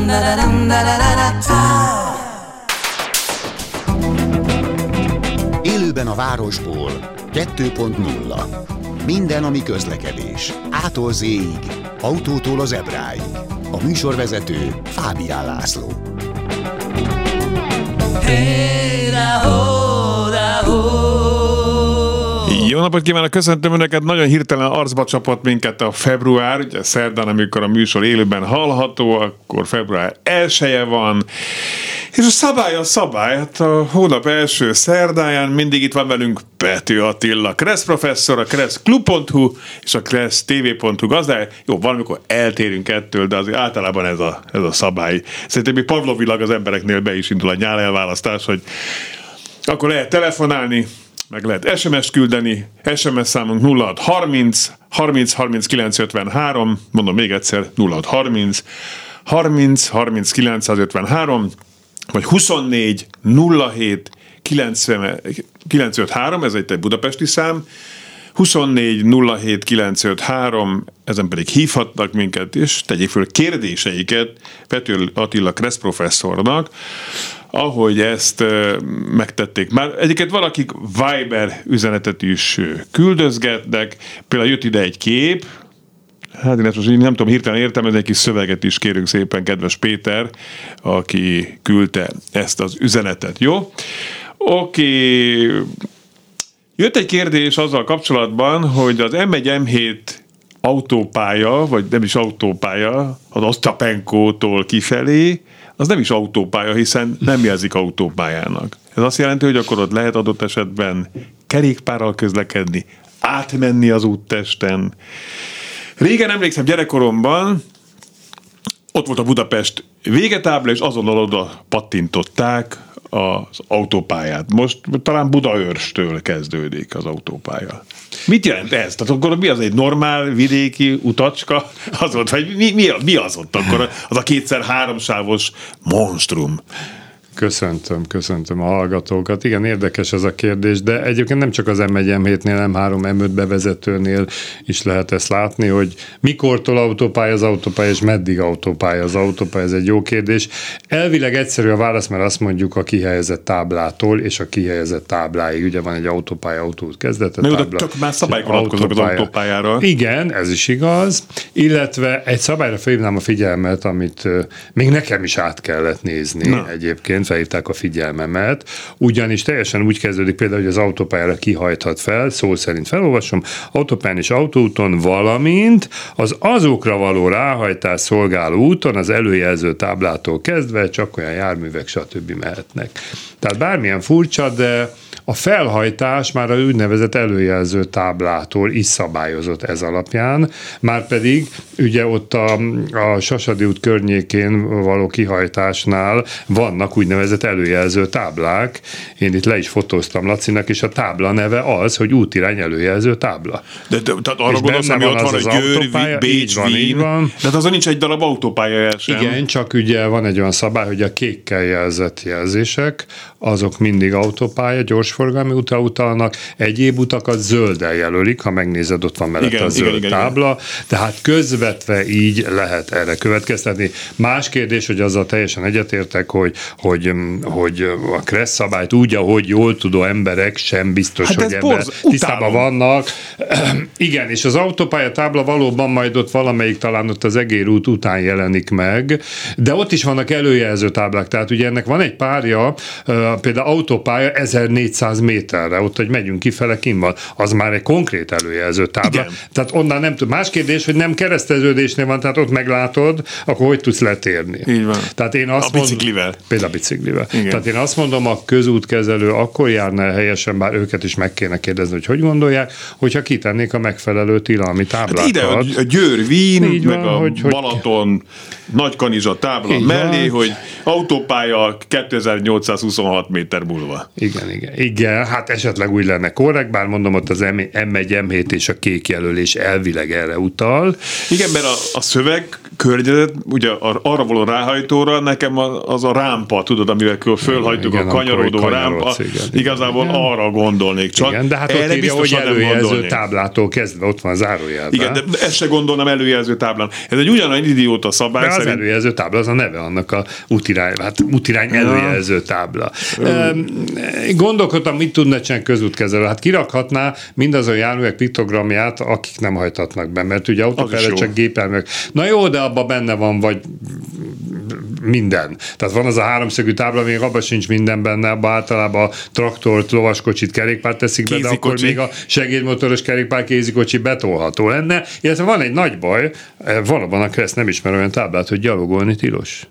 Élőben a városból 2.0. Minden, ami közlekedés. A-tól Z-ig, autótól az Ebráig. A műsorvezető Fábián László. Jó napot kívánok, köszöntöm Önöket, nagyon hirtelen arcba csapott minket a február, ugye szerdán, amikor a műsor élőben hallható, akkor február 1-e van, és a szabály, hát a hónap első szerdáján mindig itt van velünk Pető Attila, Kressz professzor, a kresszklub.hu és a kressztv.hu gazdája. Jó, valamikor eltérünk ettől, de azért általában ez a szabály. Szerintem még pavlovilag az embereknél be is indul a nyálelválasztás, hogy akkor lehet telefonálni, meg lehet SMS-t küldeni, SMS számunk 0630 30 30 953, mondom még egyszer 0630 30 30 953, vagy 24 07 953, ez egy budapesti szám, 24 07 953, ezen pedig hívhatnak minket, és tegyék föl kérdéseiket Pető Attila Kressz professzornak, ahogy ezt megtették. Már egyébként valakik Viber üzenetet is küldözgetnek, például jött ide egy kép, hát én ezt most nem tudom hirtelen értelmezni, egy kis szöveget is kérünk szépen, kedves Péter, aki küldte ezt az üzenetet, jó? Oké. Jött egy kérdés azzal kapcsolatban, hogy az M1-M7 autópálya, vagy nem is autópálya, az Osztapenkótól kifelé, az nem is autópálya, hiszen nem jelzik autópályának. Ez azt jelenti, hogy akkor ott lehet adott esetben kerékpárral közlekedni, átmenni az úttesten. Régen emlékszem, gyerekkoromban ott volt a Budapest végetábla, és azonnal oda pattintották az autópályát. Most talán Budaörstől kezdődik az autópálya. Mit jelent ez? Tehát akkor mi az, egy normál vidéki utacska? Az volt, vagy mi az ott akkor? Az a 2x3 sávos monstrum. Köszöntöm a hallgatókat. Igen, érdekes ez a kérdés, de egyébként nem csak az M1-M7-nél, M3, M5 bevezetőnél is lehet ezt látni, hogy mikortól autópálya az autópálya, és meddig autópálya az autópálya, ez egy jó kérdés. Elvileg egyszerű a válasz, mert azt mondjuk a kihelyezett táblától és a kihelyezett tábláig. Ugye van egy autópálya, autóút kezdete, tábla. Tök már szabályok vonatkoznak az autópályára. Igen, ez is igaz. Illetve egy szabályra felhívnám a figyelmet, amit még nekem is át kellett nézni egyébként. Felhívták a figyelmemet, ugyanis teljesen úgy kezdődik például, hogy az autópályára kihajthat fel, szó szerint felolvasom, autópályán és autóúton, valamint az azokra való ráhajtás szolgáló úton az előjelző táblától kezdve csak olyan járművek stb. Mehetnek. Tehát bármilyen furcsa, de a felhajtás már a úgynevezett előjelző táblától is szabályozott ez alapján, márpedig ugye ott a Sasadi út környékén való kihajtásnál vannak úgynevezett előjelző táblák. Én itt le is fotóztam Lacinak, és a tábla neve az, hogy útirány előjelző tábla. De tehát arra gondolsz, ami ott van, hogy Győr, Bécs, Vín. De azon nincs egy darab autópálya sem. Igen, csak ugye van egy olyan szabály, hogy a kékkel jelzett jelzések, azok mindig autópálya, gyorsforgalmi útra utalnak, egyéb utakat zölddel jelölik, ha megnézed, ott van mellett a zöld tábla, tehát közvetve így lehet erre következtetni. Más kérdés, hogy azzal teljesen egyetértek, hogy a Kressz szabályt úgy, ahogy jól tudó emberek sem biztos, hogy ebben tisztában vannak. Igen, és az autópálya tábla valóban majd ott valamelyik, talán ott az Egér út után jelenik meg, de ott is vannak előjelző táblák, tehát ugye ennek van egy párja, például autópálya 1400 méterre, ott, hogy megyünk kifele, kint van, az már egy konkrét előjelző tábla. Igen. Tehát onnan nem tud. Más kérdés, hogy nem kereszteződésnél van, tehát ott meglátod, akkor hogy tudsz letérni. Így van. Tehát én azt biciklivel. Például biciklivel. Igen. Tehát én azt mondom, a közútkezelő akkor járna el helyesen, bár őket is meg kéne kérdezni, hogy gondolják, hogyha kitennék a megfelelő tilalmi táblákat. Hát ide a Győr, Vín, meg van, a Balaton, Nagykanizsa tábla mellé, hogy autópálya 2826 méter múlva. Igen, hát esetleg úgy lenne korrekt, bár mondom, ott az M1, M7 és a kék jelölés elvileg erre utal. Igen, mert a szöveg környezet, ugye arra való ráhajtóra nekem az a rámpa, tudod, amivel fölhagytuk a kanyarodó rámpa, igazából arra gondolnék csak. Igen, de hát ott írja, hogy előjelző táblától kezdve ott van zárójelben. Igen, de ezt se gondolnám előjelző táblán. Ez egy ugyanolyan idióta szabály. De az előjelző tábla, az a neve annak a útirány előjelző tábla. Gondolkodtam, mit tudna csinálni közútkezelő. Hát kirakhatná mindazon járművek piktogramját, akik nem hajtatnak be, mert ugye autópályára csak gépjárművek. Na jó, de abban benne van, vagy minden. Tehát van az a háromszögű tábla, még abban sincs minden benne, abban általában a traktort, lovaskocsit, kerékpárt teszik be, de akkor még a segédmotoros kerékpár, kézikocsi betolható lenne. Illetve van egy nagy baj, valóban a Kressz nem ismer olyan táblát, hogy gyalogolni tilos.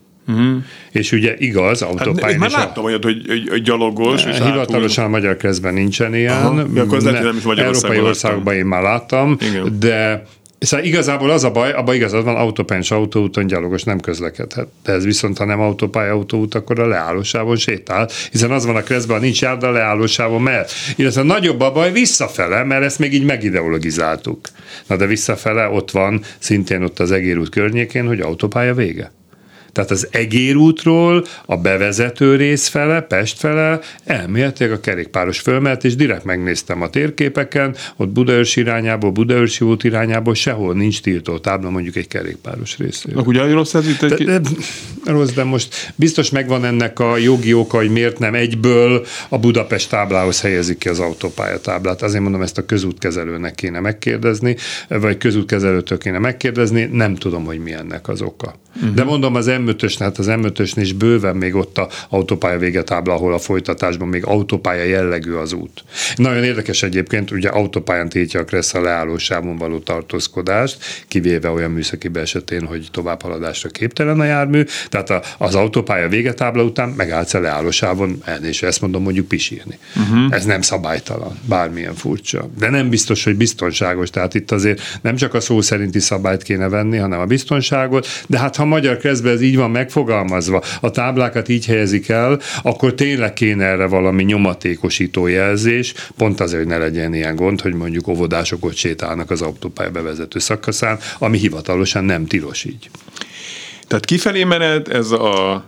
És ugye igaz, autópályán én már láttam olyat, hogy gyalogos. És hivatalosan a Magyar Kresszben nincsen ilyen. Európai országokban én már láttam, igen. De szóval igazából az a baj, abban igazad van, autópályán és autóúton gyalogos nem közlekedhet. De ez viszont, ha nem autópálya, autóút, akkor a leállósávon sétál, hiszen az van a Kresszben, nincs járda, a leállósávon mehet. Illetve nagyobb a baj visszafele, mert ezt még így megideologizáltuk. Na de visszafele ott van, szintén ott az Egér út környékén, hogy autópálya vége. Tehát az Egér útról a bevezető rész fele, Pest fele elméletileg a kerékpáros fölmehet, és direkt megnéztem a térképeken, ott Budaörsi irányából, Budaörsi út irányából sehol nincs tiltó tábla, mondjuk egy kerékpáros részéről. Ugye rossz ez itt rossz, de most biztos megvan ennek a jogi oka, hogy miért nem egyből a Budapest táblához helyezik ki az autópályatáblát. Azért mondom, ezt a közútkezelőnek kéne megkérdezni, vagy közútkezelőtől kéne megkérdezni, nem tudom, hogy mi ennek az oka. De mondom, az M5-ösnél, hát az M5-ösnél is bőven még ott a autópálya végetábla, ahol a folytatásban még autópálya jellegű az út. Nagyon érdekes egyébként, ugye autópályán tiltja a Kressz a leállósávon való tartózkodást, kivéve olyan műszaki esetén, hogy továbbhaladásra képtelen a jármű, tehát az autópálya végetábla után megállsz a leállósávon, és ezt mondom, mondjuk pisírni. Ez nem szabálytalan, bármilyen furcsa. De nem biztos, hogy biztonságos, tehát itt azért nem csak a szó szerinti szabályt kéne venni, hanem a biztonságot, de hát ha a Magyar Kresszben ez így van megfogalmazva, a táblákat így helyezik el, akkor tényleg kéne erre valami nyomatékosító jelzés, pont azért, hogy ne legyen ilyen gond, hogy mondjuk óvodások ott sétálnak az autópálya bevezető szakaszán, ami hivatalosan nem tilos így. Tehát kifelé menet, ez a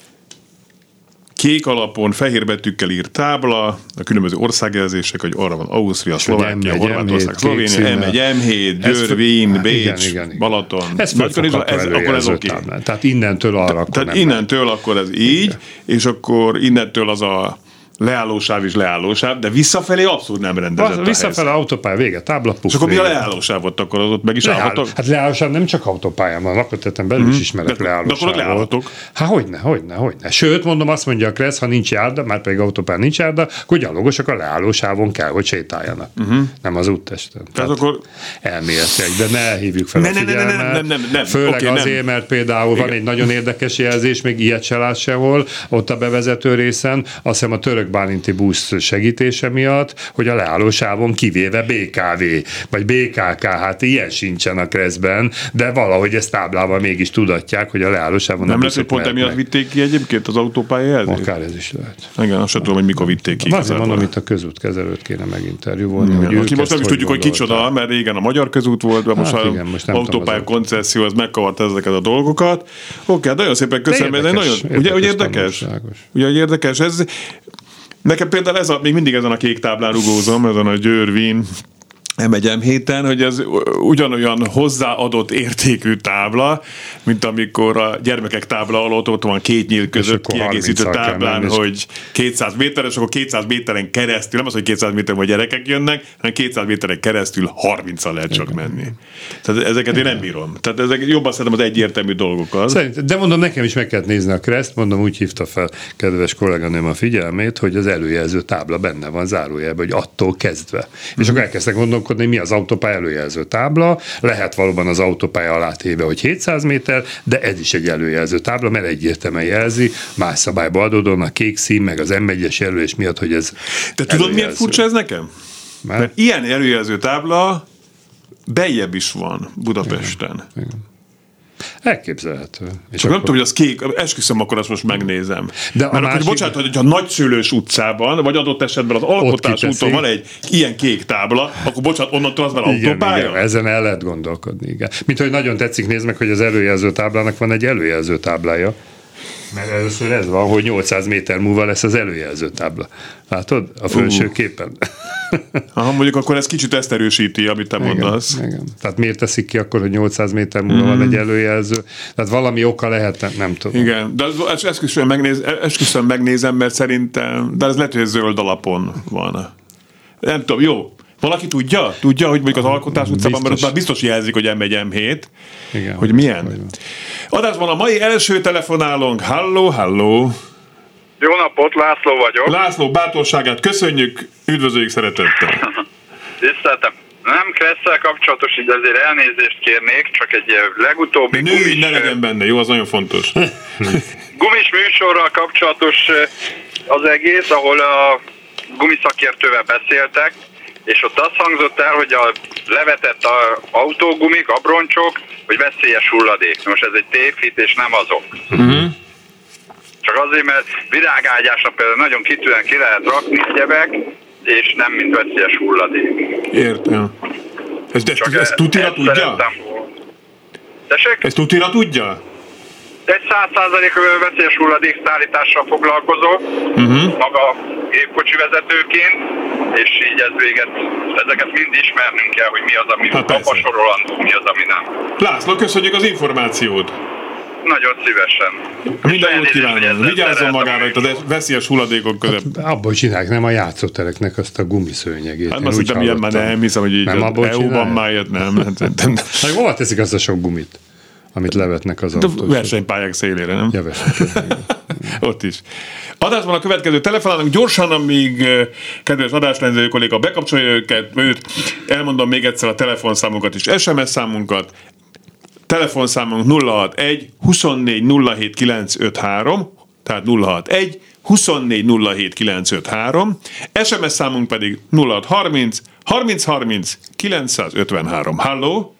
kék alapon fehér betűkkel írt tábla, a különböző országjelzések, hogy arra van Ausztria, Szlovákia, Horvátország, Szlovénia, M1, M7, Győr, Wien, Bécs, Balaton. Ez akkor ez oké. Tehát innentől arra tehát innentől akkor ez így, és akkor innentől az a leállósáv is leállósáv, de visszafelé abszolút nem rendezett a visszafelé autópálya vége, tábla puff. És akkor mi a leállósávot, akkor az ott meg is állhatok? Hát leállósáv nem csak autópályán van, lakóterületen belül is ismerek leállósávot. De akkor leállhatok. Hát hogyne. Sőt, mondom, azt mondja a Kressz, ha nincs járda, már pedig autópályán nincs járda, akkor gyalogosok a leállósávon kell, hogy sétáljanak. Nem az úttesten. Tehát akkor elméletileg, de ne hívjuk fel a figyelmet. Nem. Főleg azért, mert például van egy nagyon érdekes jelzés, még ilyet se lát sehol, ott a bevezető részen, azt hiszem a török bálinti busz segítése miatt, hogy a leállósávon kivéve BKV, vagy BKK, hát ilyen sincsen a Kresszben, de valahogy ezt táblával mégis tudatják, hogy a leállósávon nem lesz, hogy pont emiatt vitték ki egyébként az autópálya jelzést? Akár ez is lehet. Igen, azt sem tudom, hogy mikor vitték ki. Azért mondom, itt a közútkezelőt kéne meginterjúvolni. Aki most nem is tudjuk, hogy kicsoda, mert régen a Magyar Közút volt, de most az autópálya koncesszió, az megkavart ezeket a dolgokat. Oké, nagyon szépen köszönöm. Ugye érdekes ez. Nekem például még mindig ezen a kék táblán rugózom, ezen a Győr Wien M1 M7-en, hogy ez ugyanolyan hozzáadott értékű tábla, mint amikor a gyermekek tábla alatt ott van két nyíl között kiegészítő táblán, hogy 200 méter, és akkor 200 méteren keresztül, nem az, hogy 200 méteren vagy gyerekek jönnek, hanem 200 méteren keresztül 30-al lehet csak menni. Tehát ezeket én nem bírom. Tehát ezek jobban szerintem az egyértelmű dolgok az. De mondom, nekem is meg kellett nézni a Kreszt, mondom, úgy hívta fel kedves kolléganőm a figyelmét, hogy az előjelző tábla benne van zárójelben, hogy attól kezdve. És akkor elkezdtek gondolkodni, mi az autópálya előjelző tábla, lehet valóban az autópálya alá téve, hogy 700 méter, de ez is egy előjelző tábla, mert egyértelműen jelzi, más szabályba adódóan a kék szín, meg az M1-es jelölés miatt, hogy ez te tudod, miért furcsa ez nekem? Mert ilyen előjelző tábla bejjebb is van Budapesten. Igen. Elképzelhető. És csak nem tudom, hogy az kék, esküszöm, akkor azt most megnézem. De mert akkor, bocsánat, hogyha Nagyszőlős utcában, vagy adott esetben az Alkotás úton van egy ilyen kék tábla, akkor bocsánat, onnantól az már autópálya? Igen, ezen el lehet gondolkodni, igen. Mint hogy nagyon tetszik, nézd meg, hogy az előjelző táblának van egy előjelző táblája. Mert először ez van, hogy 800 méter múlva lesz az előjelző tábla. Látod? A felső képen. Aha, mondjuk akkor ez kicsit ezt erősíti, amit te mondasz. Igen. Tehát miért teszik ki akkor, hogy 800 méter múlva van egy előjelző? Tehát valami oka lehet, nem tudom. Igen, de esküszöm megnézem, mert szerintem, de ez lehet, hogy zöld alapon van. Nem tudom, jó. Valaki tudja? Tudja, hogy mondjuk az Alkotás utcában, mert ott már biztos jelzik, hogy M1, M7. Igen, hogy milyen? Adásban a mai első telefonálónk. Halló. Jó napot, László vagyok. László, bátorságát köszönjük, üdvözöljük szeretettel. Tiszteltem. Nem Kresszel kapcsolatos, így azért elnézést kérnék, csak egy legutóbbi gumis... Ne legyen benne, jó, az nagyon fontos. Gumis műsorral kapcsolatos az egész, ahol a gumiszakértővel beszéltek, és ott azt hangzott el, hogy a levetett autógumik, abroncsok, hogy veszélyes hulladék. Most ez egy tévhit, és nem azok. Csak azért, mert virágágyásra például nagyon kitűnően ki lehet rakni egyebek, és nem mint veszélyes hulladék. Értem. Ezt tutira tudja? Tessék? Ezt tutira tudja? Egy 100% veszélyes hulladék szállítással foglalkozok, maga gépkocsi vezetőként, és így ezeket mind ismernünk kell, hogy mi az, ami apasorolandó, mi az, ami nem. László, köszönjük az információt! Nagyon szívesen. Minden jót kívánom. Vigyázzon magára itt a veszélyes hulladékok között. Abból csinálják, nem a játszótereknek azt a gumiszőnyegét. Hát azt hittem, ilyen már nem hiszem, hogy így az EU-ban már ilyet nem. Hát hova teszik azt a sok gumit, amit levetnek az autósok? Versenypályák szélére, nem? Ja, ott is. Adásban a következő telefonálunk gyorsan, amíg kedves adásrendező kolléga bekapcsolja őt, elmondom még egyszer a telefonszámunkat és SMS számunkat. Telefonszámunk 061 24 07 953, tehát 061 24 07 953, SMS számunk pedig 0630 30 30 953. Halló?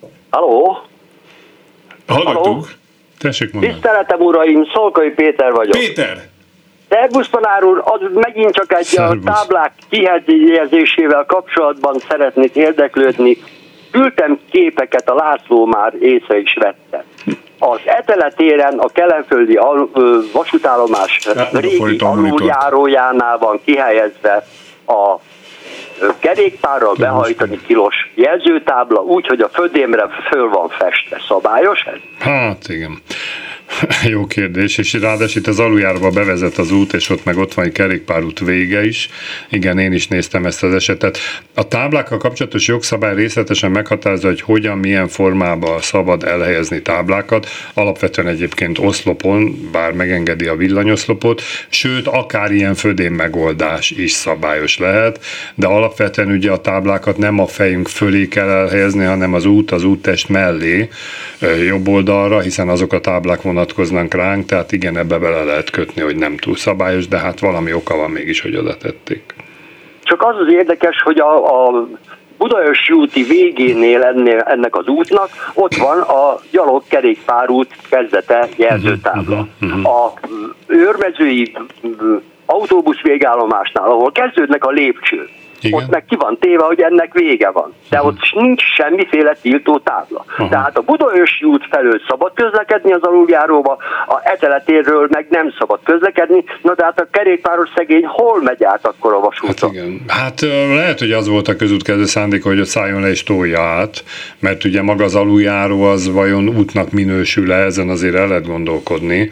Hallgattuk. Tessék mondani. Tiszteletem uraim, Szolkai Péter vagyok. Péter! Szervusz tanár úr, az megint csak egy a táblák kihelyezésével kapcsolatban szeretnék érdeklődni. Küldtem képeket, a László már észre is vette. Az Etele téren a kelenföldi vasútállomás régi aluljárójánál van kihelyezve a kerékpárral behajtani tilos jelzőtábla, úgy, hogy a födémre föl van festve. Szabályos ez? Hát igen. Jó kérdés, és ráadásul itt az aluljáróba bevezet az út, és ott van egy kerékpárút vége is. Igen, én is néztem ezt az esetet. A táblákkal kapcsolatos jogszabály részletesen meghatározza, hogy hogyan, milyen formában szabad elhelyezni táblákat. Alapvetően egyébként oszlopon, bár megengedi a villanyoszlopot, sőt, akár ilyen födém megoldás is szabályos lehet, de alapvetően ugye a táblákat nem a fejünk fölé kell elhelyezni, hanem az úttest mellé, jobb oldalra, hiszen azok a táblák vonatkoznak ránk, tehát igen, ebbe bele lehet kötni, hogy nem túl szabályos, de hát valami oka van mégis, hogy oda tették. Csak az az érdekes, hogy a Budaörsi úti végénél ennek az útnak ott van a gyalogkerékpárút kezdete jelzőtábla. A őrmezői autóbusz végállomásnál, ahol kezdődnek a lépcsők, igen. Ott meg ki van téve, hogy ennek vége van. De ott nincs semmiféle tiltó tábla. Tehát a Budaörsi út felől szabad közlekedni az aluljáróba, a Etele térről meg nem szabad közlekedni, na de hát a kerékpáros szegény hol megy át akkor a vasúton? Hát igen. Hát lehet, hogy az volt a közútkezelő szándéka, hogy ott szálljon le és tolja át, mert ugye maga az aluljáró az vajon útnak minősül-e, ezen azért el lehet gondolkodni.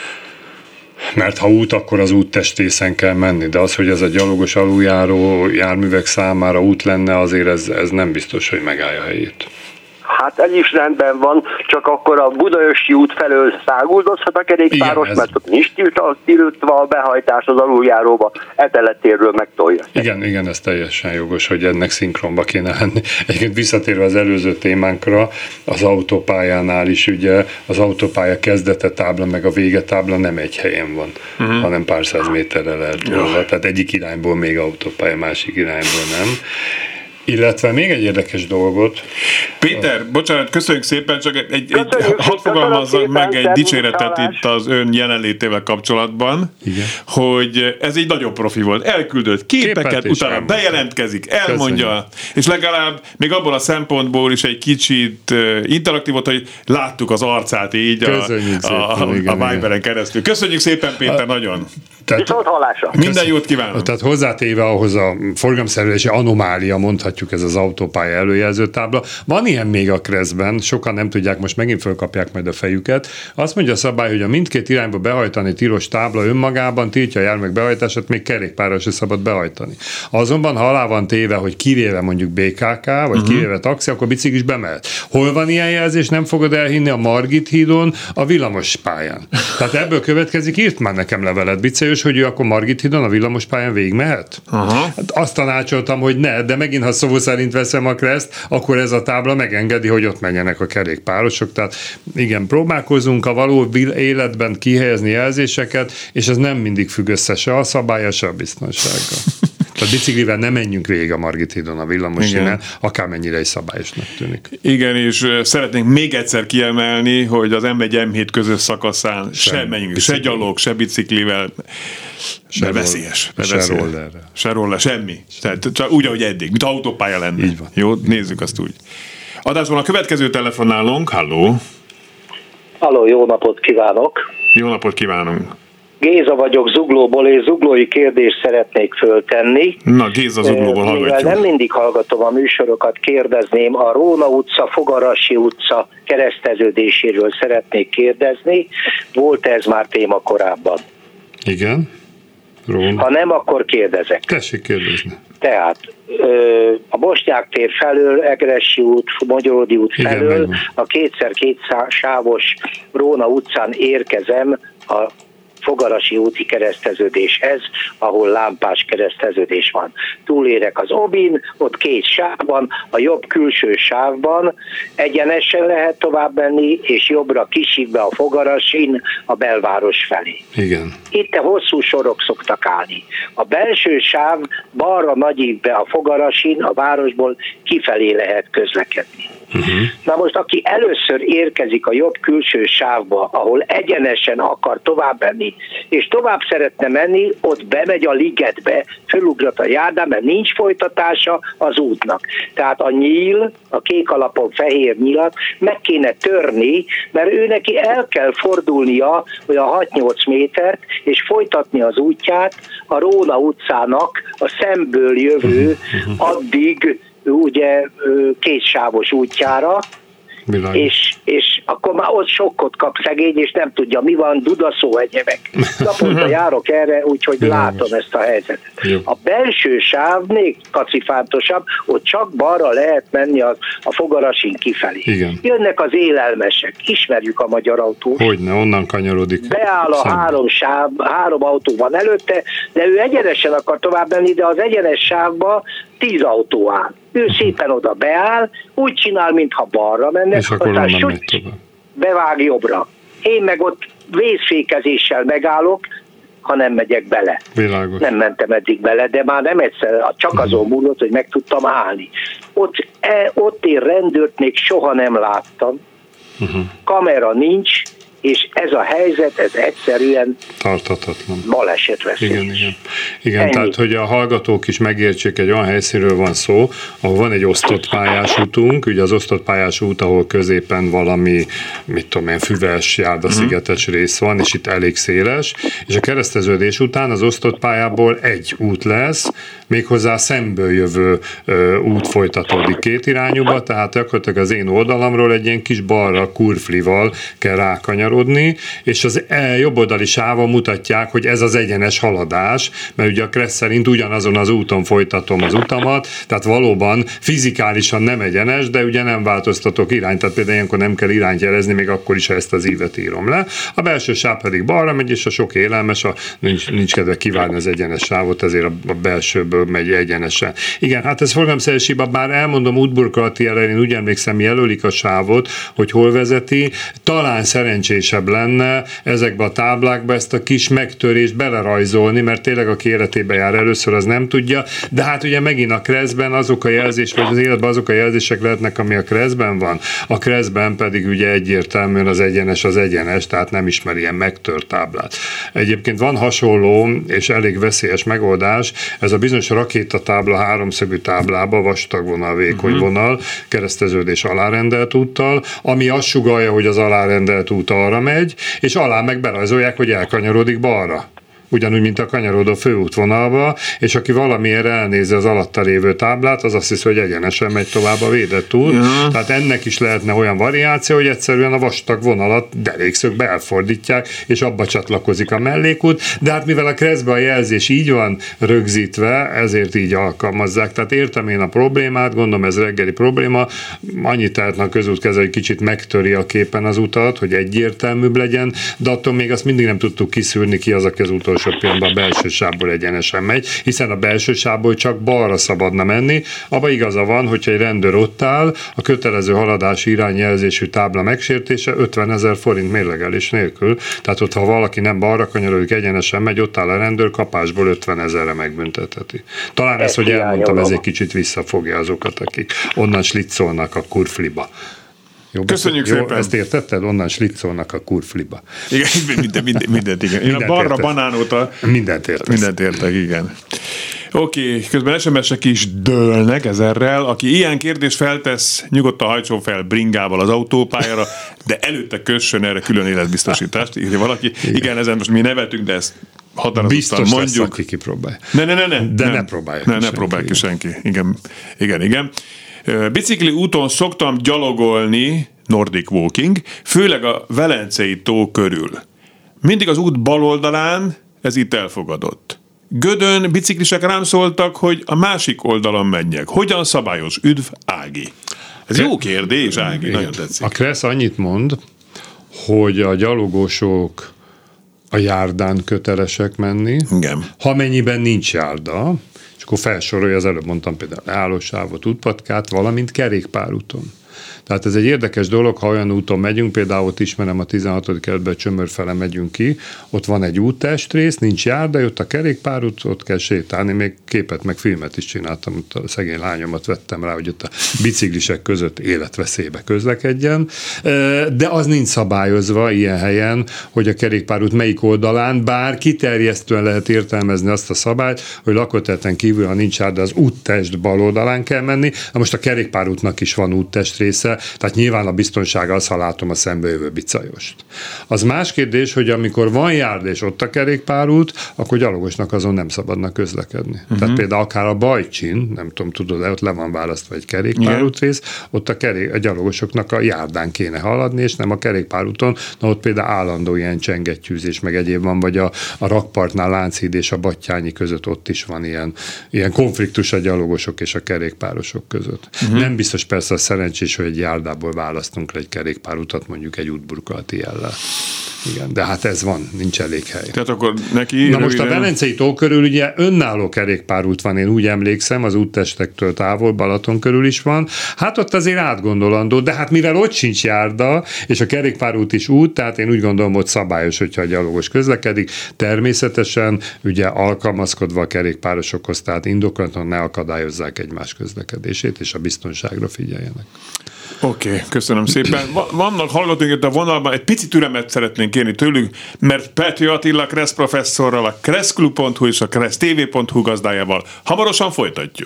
Mert ha út, akkor az úttestészen kell menni, de az, hogy ez a gyalogos aluljáró járművek számára út lenne, azért ez nem biztos, hogy megállja a helyét. Hát ez is rendben van, csak akkor a Budaörsi út felől száguldozhat a kerékpáros, igen, mert ott nincs tiltva a behajtás az aluljáróba, Etele térről megtolja. Igen, ez teljesen jogos, hogy ennek szinkronba kéne lenni. Egyébként visszatérve az előző témánkra, az autópályánál is ugye az autópálya kezdete tábla meg a vége tábla nem egy helyen van, hanem pár száz méterrel eltolva. Tehát egyik irányból még autópálya, másik irányból nem. Illetve még egy érdekes dolgot. Péter, bocsánat, köszönjük szépen, csak hadd fogalmazzak meg egy dicséretet itt az ön jelenlétével kapcsolatban, igen, hogy ez egy nagyon profi volt. Elküldött képeket, utána bejelentkezik, elmondja, köszönjük, és legalább még abból a szempontból is egy kicsit interaktív volt, hogy láttuk az arcát így a Viberen keresztül. Köszönjük szépen, Péter, nagyon! Viszont hallásra! Minden jót kívánok! Tehát hozzátéve ahhoz a forgalomszervezési anomália, mondhatjuk, ez az autópálya előjelzőtábla. Van ilyen még a Kreszben, sokan nem tudják, most megint fölkapják majd a fejüket. Azt mondja a szabály, hogy a mindkét irányba behajtani tilos tábla önmagában tiltja a járművek behajtását, még kerékpárral se szabad behajtani. Azonban, ha alá van téve, hogy kivéve mondjuk BKK, vagy kivéve taxi, akkor biciklis bemehet. Hol van ilyen jelzés, nem fogod elhinni, a Margit hídon, a villamos pályán. Tehát ebből következik, írt már nekem levelet Bicejős, hogy ő akkor Margit hídon a villamos pályán végigmehet? Hát azt tanácsoltam, hogy ne, de megint, ha szó szerint veszem a Kreszt, akkor ez a tábla megengedi, hogy ott menjenek a kerékpárosok. Tehát igen, próbálkozunk a való életben kihelyezni jelzéseket, és ez nem mindig függ össze se a szabálya, se a biztonsággal. Tehát biciklivel nem menjünk végig a Margit hídon a villamosínál, akármennyire is szabályosnak tűnik. Igen, és szeretnénk még egyszer kiemelni, hogy az M1-M7 közös szakaszán se menjünk, se gyalog, se biciklivel, se veszélyes. Se roller, semmi. Tehát csak úgy, ahogy eddig, mint autópálya lenne. Így van. Jó, nézzük azt úgy. Adásban a következő telefonálunk. Halló! Halló, jó napot kívánok! Jó napot kívánunk! Géza vagyok Zuglóból, és zuglói kérdést szeretnék föltenni. Na, Géza Zuglóból hallgatjuk. Mivel nem mindig hallgatom a műsorokat, kérdezném, a Róna utca, Fogarasi utca kereszteződéséről szeretnék kérdezni. Volt ez már téma korábban? Igen. Róna. Ha nem, akkor kérdezek. Tessék kérdezni. Tehát a Bosnyák tér felől, Egressy út, Magyaródi út felől, igen, a 2x2 sávos Róna utcán érkezem a Fogarasi úti kereszteződéshez, ahol lámpás kereszteződés van. Túlérek az Obin, ott két sáv van, a jobb külső sávban egyenesen lehet tovább menni, és jobbra Kisikbe a Fogarasin, a belváros felé. Igen. Itt hosszú sorok szoktak állni. A belső sáv balra Nagyívbe a Fogarasin, a városból kifelé lehet közlekedni. Na most, aki először érkezik a jobb külső sávba, ahol egyenesen akar tovább menni, és tovább szeretne menni, ott bemegy a ligetbe, fölugrat a járdán, mert nincs folytatása az útnak. Tehát a nyíl, a kék alapon fehér nyilat meg kéne törni, mert ő neki el kell fordulnia olyan 6-8 métert, és folytatni az útját a Róna utcának a szemből jövő addig ugye kétsávos útjára, és akkor már ott sokkot kap szegény, és nem tudja, mi van, dudaszó egyebek. Naponta járok erre, úgyhogy látom ezt a helyzetet. Jó. A belső sáv még kacifántosabb, ott csak balra lehet menni a Fogarasin kifelé. Igen. Jönnek az élelmesek, ismerjük a magyar autót. Hogyne, onnan kanyarodik. Beáll a három autó van előtte, de ő egyenesen akar tovább menni, de az egyenes sávba 10 autó áll. Ő szépen oda beáll, úgy csinál, mintha balra menne, aztán bevág jobbra. Én meg ott vészfékezéssel megállok, ha nem megyek bele. Világos. Nem mentem eddig bele, de már nem egyszer, csak azon múlott, hogy meg tudtam állni. Ott én rendőrt még soha nem láttam. Kamera nincs, és ez a helyzet, ez egyszerűen tarthatatlan. Balesetveszélyes. Igen, tehát, hogy a hallgatók is megértsék, egy olyan helyszínről van szó, ahol van egy osztott pályás útunk, ugye az osztott pályás út, ahol középen valami, mit tudom én, füves, járdaszigetes rész van, és itt elég széles, és a kereszteződés után az osztott pályából egy út lesz, méghozzá szemből jövő út folytatódik két irányúba, tehát gyakorlatilag az én oldalamról egy ilyen kis balra kurflival kell rákanyarodni, és az jobboldali sávon mutatják, hogy ez az egyenes haladás, mert ugye a Kressz szerint ugyanazon az úton folytatom az utamat, tehát valóban fizikálisan nem egyenes, de ugye nem változtatok irányt, tehát például ilyenkor nem kell irányt jelezni, még akkor is, ha ezt az ívet írom le. A belső sáv pedig balra megy, és a sok élelmes, nincs kedve kivárni az egyenes sávot, ezért a belsőből megy egyenesen. Igen, hát ez forgalomszerűs hiba, bár elmondom, útburkolati elején úgy emlékszem, jelölik a sávot, hogy hol vezeti, talán szerencsés szerencsésebb lenne ezekbe a táblákba ezt a kis megtörést belerajzolni, mert tényleg aki életébe jár először, az nem tudja, de hát ugye megint a Kressz-ben azok a jelzés, vagy az életben azok a jelzések lehetnek, ami a Kressz-ben van, a Kressz-ben pedig ugye egyértelműen az egyenes, tehát nem ismer ilyen megtört táblát. Egyébként van hasonló és elég veszélyes megoldás, ez a bizonyos rakétatábla háromszögű táblába, vastag vonal, vékony vonal, kereszteződés alárendelt úttal, ami azt sugallja, hogy az alárendelt út arra megy, és alá meg berajzolják, hogy elkanyarodik balra. Ugyanúgy, mint a kanyarodó főútvonalba, és aki valamiért elnézi az alatta lévő táblát, az azt hiszi, hogy egyenesen megy tovább a védett út. Tehát ennek is lehetne olyan variáció, hogy egyszerűen a vastag vonalat derékszögbe elfordítják, és abba csatlakozik a mellékút, de hát mivel a Kressz-ben a jelzés így van rögzítve, ezért így alkalmazzák. Tehát értem én a problémát, gondolom ez reggeli probléma, annyit tehetne a közútkezelő, hogy kicsit megtöri a képen az utat, hogy egyértelműbb legyen, de attól még azt mindig nem tudtuk kiszűrni, ki az, aki az utolsó pillanatban a belső sávból egyenesen megy, hiszen a belső sávból csak balra szabadna menni. Abba igaza van, hogyha egy rendőr ott áll, a kötelező haladási irányjelzésű tábla megsértése 50 000 forint mérlegelés nélkül. Tehát ott, ha valaki nem balra kanyarodik, egyenesen megy, ott áll a rendőr, kapásból 50 000-re megbüntetheti. Talán ez, hogy elmondtam, ez egy kicsit visszafogja azokat, akik onnan slicolnak a kurfliba. Jó, köszönjük jó, szépen. Ezt értetted? Onnan slicolnak a kurfliba. Igen, mindent, igen. Én a balra banán óta mindent értek, igen. Oké, közben SMS-ek is dőlnek ezerrel. Aki ilyen kérdést feltesz, nyugodtan hajtson fel bringával az autópályára, de előtte kössön erre külön életbiztosítást. Írja valaki. Igen, ezen most mi nevetünk, de ezt határozottan biztos mondjuk. Lesz, aki kipróbálja. Ne próbálja ki senki. Igen. Bicikli úton szoktam gyalogolni, Nordic Walking, főleg a Velencei tó körül. Mindig az út bal oldalán, ez itt elfogadott. Gödön biciklisek rám szóltak, hogy a másik oldalon menjek. Hogyan szabályos? Üdv, Ági. Ez jó kérdés, Ági, nagyon tetszik. A Kressz annyit mond, hogy a gyalogosok a járdán kötelesek menni, igen. Ha mennyiben nincs járda, és akkor felsorolja, az előbb mondtam például állósávot, útpatkát, valamint kerékpárúton. Tehát ez egy érdekes dolog, ha olyan úton megyünk, például ott ismerem a 16. kerületben Csömör fele megyünk ki, ott van egy úttestrész, nincs járda, ott a kerékpárút, ott kell sétálni, még képet, meg filmet is csináltam, ott a szegény lányomat vettem rá, hogy ott a biciklisek között életveszélybe közlekedjen, de az nincs szabályozva ilyen helyen, hogy a kerékpárút melyik oldalán, bár kiterjesztően lehet értelmezni azt a szabályt, hogy lakóterületen kívül, ha nincs járda, az úttest bal oldalán kell menni, na most a kerékpárútnak is van úttest része, tehát nyilván a biztonság az, ha látom a szembejövő bicajost. Az más kérdés, hogy amikor van járda és ott a kerékpárút, akkor gyalogosnak azon nem szabadna közlekedni. Tehát például akár a Bajcsin, nem tudom, tudod, ott le van választva egy kerékpárút rész, ott a gyalogosoknak a járdán kéne haladni, és nem a kerékpárúton, na ott például állandó ilyen csengettyűzés, meg egyéb van, vagy a Rakpartnál Lánchíd és a Battyányi között ott is van ilyen konfliktus a gyalogosok és a kerékpárosok között. Nem biztos persze a szerencsés, hogy egy járdából választunk le egy kerékpárutat, mondjuk egy útburkolati jellel. Igen, de hát ez van, nincs elég hely. Tehát akkor neki... Na most a Velencei tó körül ugye önálló kerékpárút van, én úgy emlékszem, az úttestektől távol, Balaton körül is van. Hát ott azért átgondolandó, de hát mivel ott sincs járda, és a kerékpárút is út, tehát én úgy gondolom, hogy szabályos, hogyha a gyalogos közlekedik, természetesen ugye alkalmazkodva a kerékpárosokhoz, tehát indokolatlan ne akadályozzák egymás közlekedését, és a biztonságra figyeljenek. Oké, köszönöm szépen. Vannak hallgatóink itt a vonalban, egy pici türelmet szeretnénk kérni tőlük, mert Pető Attila Kressz professzorral, a kresszklub.hu és a kressztv.hu gazdájával hamarosan folytatjuk.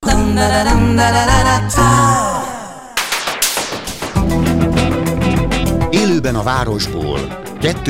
Élőben a városból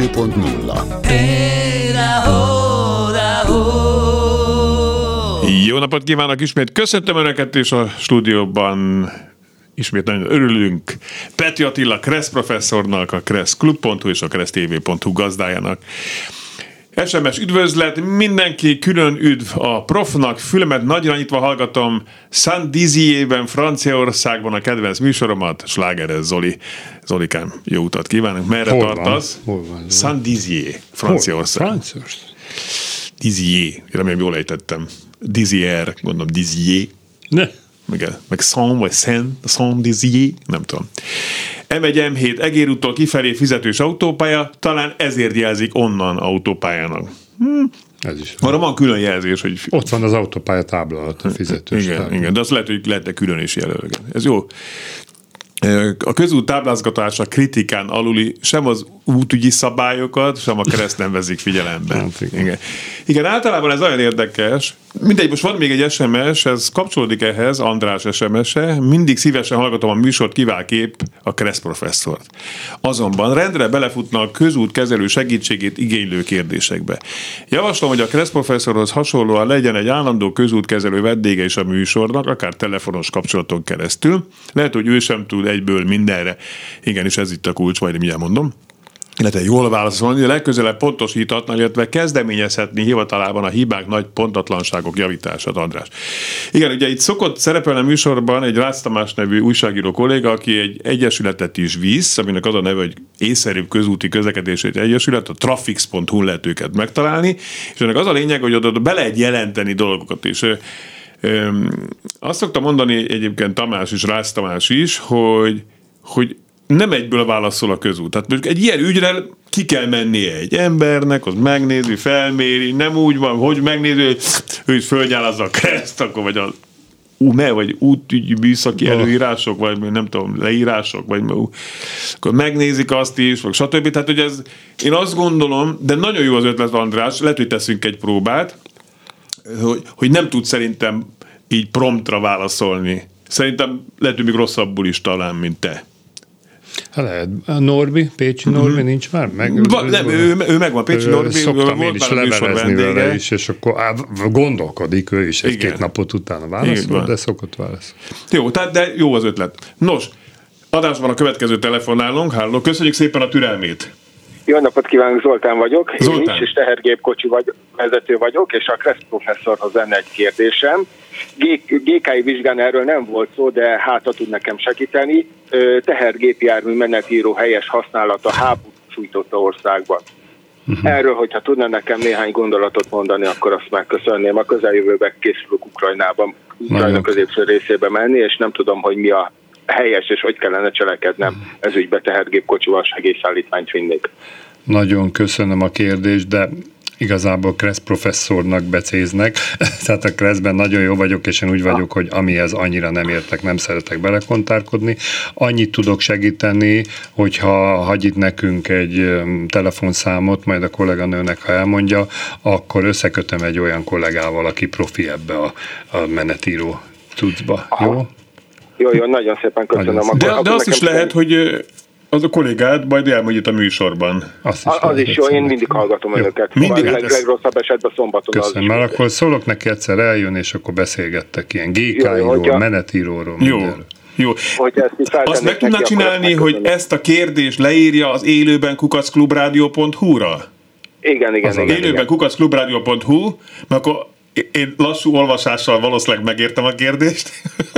2.0. Jó napot kívánok ismét, köszöntöm Önöket, és a stúdióban ismét nagyon örülünk Pető Attila Kressz professzornak, a kresszklub.hu és a kressztv.hu gazdájának. SMS üdvözlet, mindenki külön üdv a profnak, fülemet nagyra nyitva hallgatom Saint-Dizier-ben, Franciaországban a kedvenc műsoromat, slágeres Zoli. Zolikám, jó utat kívánunk, merre tartasz? Hol van? Saint-Dizier, Franciaország. Franciaország? Dizier, remélem jól ejtettem. Dizier, gondolom Dizier. Ne. meg Saint, vagy Saint-Dizier, nem tudom. M1, M7 Egér úttól kifelé fizetős autópálya, talán ezért jelzik onnan autópályának. Ez is. Arra van külön jelzés, hogy... Ott van az autópálya tábla alatt a fizetős. Igen, de azt lehet, hogy lehetne külön is jelölni. Ez jó. A közút táblázgatása kritikán aluli sem az útügyi szabályokat, sem a kereszt nem veszik figyelembe. Igen, általában ez olyan érdekes. Mindegy, most van még egy SMS, ez kapcsolódik ehhez, András SMS-e. Mindig szívesen hallgatom a műsort, kiválképp a Kressz professzort. Azonban rendre belefutna a közútkezelő segítségét igénylő kérdésekbe. Javaslom, hogy a Kressz professzorhoz hasonlóan legyen egy állandó közútkezelő vendége is a műsornak, akár telefonos kapcsolaton keresztül. Lehet, hogy ő sem tud egyből mindenre. Igenis, ez itt a kulcs, majd mindjárt mondom. Illetve jól válaszolni, de legközelebb pontosíthatna, illetve kezdeményezhetni hivatalában a hibák nagy pontatlanságok javítását, András. Igen, ugye itt szokott szerepelni a műsorban egy Rácz Tamás nevű újságíró kolléga, aki egy egyesületet is visz, aminek az a neve, hogy észszerűbb közúti közlekedési egyesület, a trafix.hu lehet őket megtalálni, és ennek az a lényeg, hogy oda be lehet jelenteni dolgokat is. Azt szokta mondani egyébként Tamás is, Rácz Tamás is, hogy nem egyből válaszol a közút. Tehát mondjuk egy ilyen ügyre ki kell mennie egy embernek, az megnézi, felméri, nem úgy van, hogy megnézi, hogy ő is földnyálazza a kereszt, akkor vagy a vagy útügyi műszaki előírások, vagy nem tudom, leírások, vagy akkor megnézik azt is, vagy stb. Tehát, hogy ez, én azt gondolom, de nagyon jó az ötlet, András, lehet, hogy teszünk egy próbát, hogy nem tud szerintem így promptra válaszolni. Szerintem lehet, hogy még rosszabbul is talán, mint te. Hát lehet. A Norbi, Pécsi Norbi nincs már? Nem, ő megvan, Pécsi Norbi. Szoktam én is levelezni vele is, és akkor gondolkodik ő is egy-két napot utána válaszol, de szokott válaszolni. Jó, tehát de jó az ötlet. Nos, adásban a következő telefonálunk. Halló, köszönjük szépen a türelmét. Jó napot kívánok, Zoltán vagyok. Zoltán. Én is tehergépkocsi vezető vagyok, és a Kressz professzorhoz lenne egy kérdésem. GK-i vizsgán erről nem volt szó, de hát ha tud nekem segíteni. Tehergépjármű menetíró helyes használata háborút sújtotta országban. Erről, hogyha tudna nekem néhány gondolatot mondani, akkor azt megköszönném. A közeljövőben készülök Ukrajna középső részébe menni, és nem tudom, hogy mi a helyes, és hogy kellene cselekednem ezügybe tehergépkocsival segélyszállítmányt vinnék. Nagyon köszönöm a kérdést, de igazából Kressz professzornak becéznek, tehát a Kresszben nagyon jó vagyok, és én úgy vagyok, hogy amihez annyira nem értek, nem szeretek belekontárkodni. Annyit tudok segíteni, hogyha hagy itt nekünk egy telefonszámot, majd a kolléganőnek, ha elmondja, akkor összekötöm egy olyan kollégával, aki profi ebbe a menetíró cuccba. Jó? Jó, nagyon szépen köszönöm. De azt is lehet, hogy az a kollégád majd elmondja itt a műsorban. Az is jó, én mindig hallgatom önöket. Legrosszabb esetben szombaton. Köszönöm, mert akkor szólok neki egyszer, eljön, és akkor beszélgettek ilyen GK-ról, menetíróról, mindenről. Jó. Azt meg tudná csinálni, hogy ezt a kérdést leírja az élőben @klubradio.hu-ra? Igen. Élőben @klubradio.hu, mert akkor én lassú olvasással valószínűleg megértem a kérdést.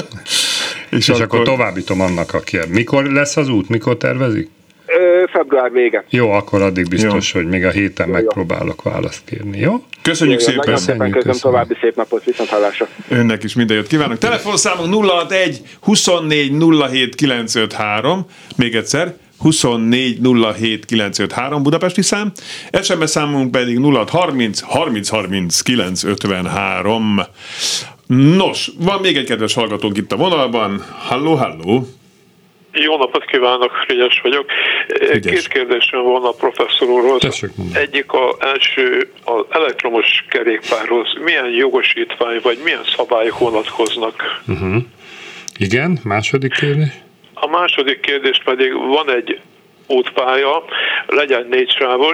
És akkor továbbítom annak, aki. Mikor lesz az út? Mikor tervezik? Február vége. Jó, akkor addig biztos, hogy még a héten megpróbálok választ kérni, jó? Köszönjük szépen. Nagyon szépen köszönöm, további szép napot, viszonthallásra. Önnek is minden jót kívánok. Telefonszámunk 061 24 07 953, még egyszer, 24 07 953 budapesti szám, SMS számunk pedig 0630 30 30 953. Nos, van még egy kedves hallgatónk itt a vonalban. Halló. Jó napot kívánok, Frigyes vagyok. Két kérdésem van a professzor úrhoz. Egyik első az elektromos kerékpárhoz. Milyen jogosítvány vagy milyen szabályok vonatkoznak? Igen, második kérdés. A második kérdés pedig van egy útpálya, legyen 4 sávos,